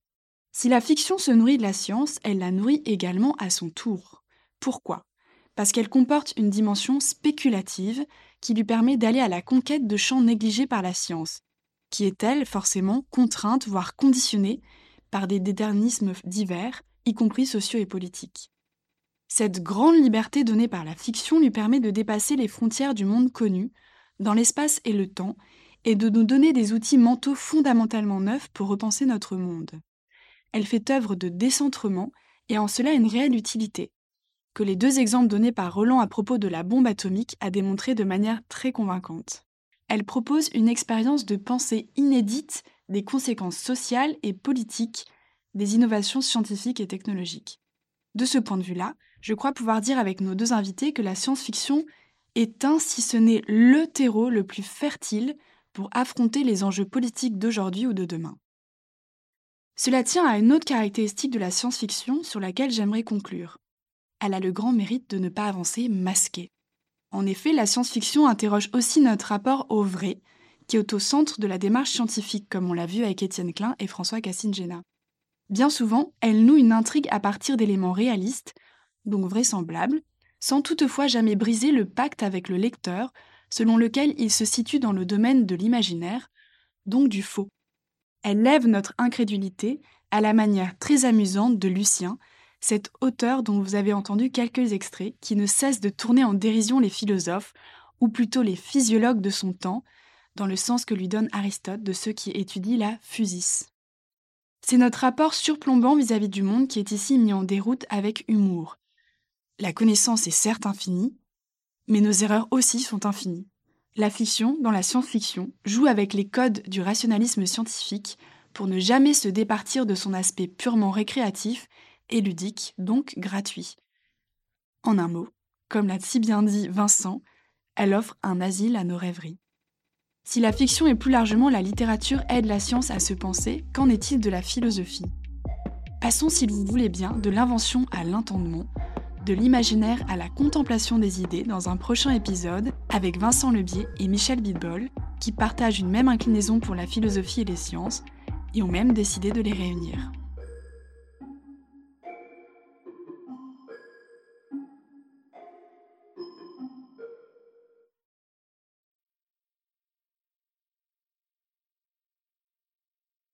Speaker 1: Si la fiction se nourrit de la science, elle la nourrit également à son tour. Pourquoi ? Parce qu'elle comporte une dimension spéculative qui lui permet d'aller à la conquête de champs négligés par la science, qui est, elle, forcément contrainte, voire conditionnée, par des déterminismes divers, y compris sociaux et politiques. Cette grande liberté donnée par la fiction lui permet de dépasser les frontières du monde connu, dans l'espace et le temps, et de nous donner des outils mentaux fondamentalement neufs pour repenser notre monde. Elle fait œuvre de décentrement et en cela une réelle utilité, que les deux exemples donnés par Roland à propos de la bombe atomique a démontré de manière très convaincante. Elle propose une expérience de pensée inédite des conséquences sociales et politiques des innovations scientifiques et technologiques. De ce point de vue-là, je crois pouvoir dire avec nos deux invités que la science-fiction est un, si ce n'est le terreau le plus fertile pour affronter les enjeux politiques d'aujourd'hui ou de demain. Cela tient à une autre caractéristique de la science-fiction sur laquelle j'aimerais conclure. Elle a le grand mérite de ne pas avancer masquée. En effet, la science-fiction interroge aussi notre rapport au vrai, qui est au centre de la démarche scientifique, comme on l'a vu avec Étienne Klein et François Cassine-Géna. Bien souvent, elle noue une intrigue à partir d'éléments réalistes, donc vraisemblables, sans toutefois jamais briser le pacte avec le lecteur, selon lequel il se situe dans le domaine de l'imaginaire, donc du faux. Elle lève notre incrédulité à la manière très amusante de Lucien, cet auteur dont vous avez entendu quelques extraits, qui ne cesse de tourner en dérision les philosophes, ou plutôt les physiologues de son temps, dans le sens que lui donne Aristote de ceux qui étudient la physis. C'est notre rapport surplombant vis-à-vis du monde qui est ici mis en déroute avec humour. La connaissance est certes infinie, mais nos erreurs aussi sont infinies. La fiction, dans la science-fiction, joue avec les codes du rationalisme scientifique pour ne jamais se départir de son aspect purement récréatif et ludique, donc gratuit. En un mot, comme l'a si bien dit Vincent, elle offre un asile à nos rêveries. Si la fiction et plus largement la littérature aident la science à se penser, qu'en est-il de la philosophie ? Passons, s'il vous voulez bien, de l'invention à l'entendement, de l'imaginaire à la contemplation des idées dans un prochain épisode avec Vincent Lebier et Michel Bidbol, qui partagent une même inclinaison pour la philosophie et les sciences, et ont même décidé de les réunir.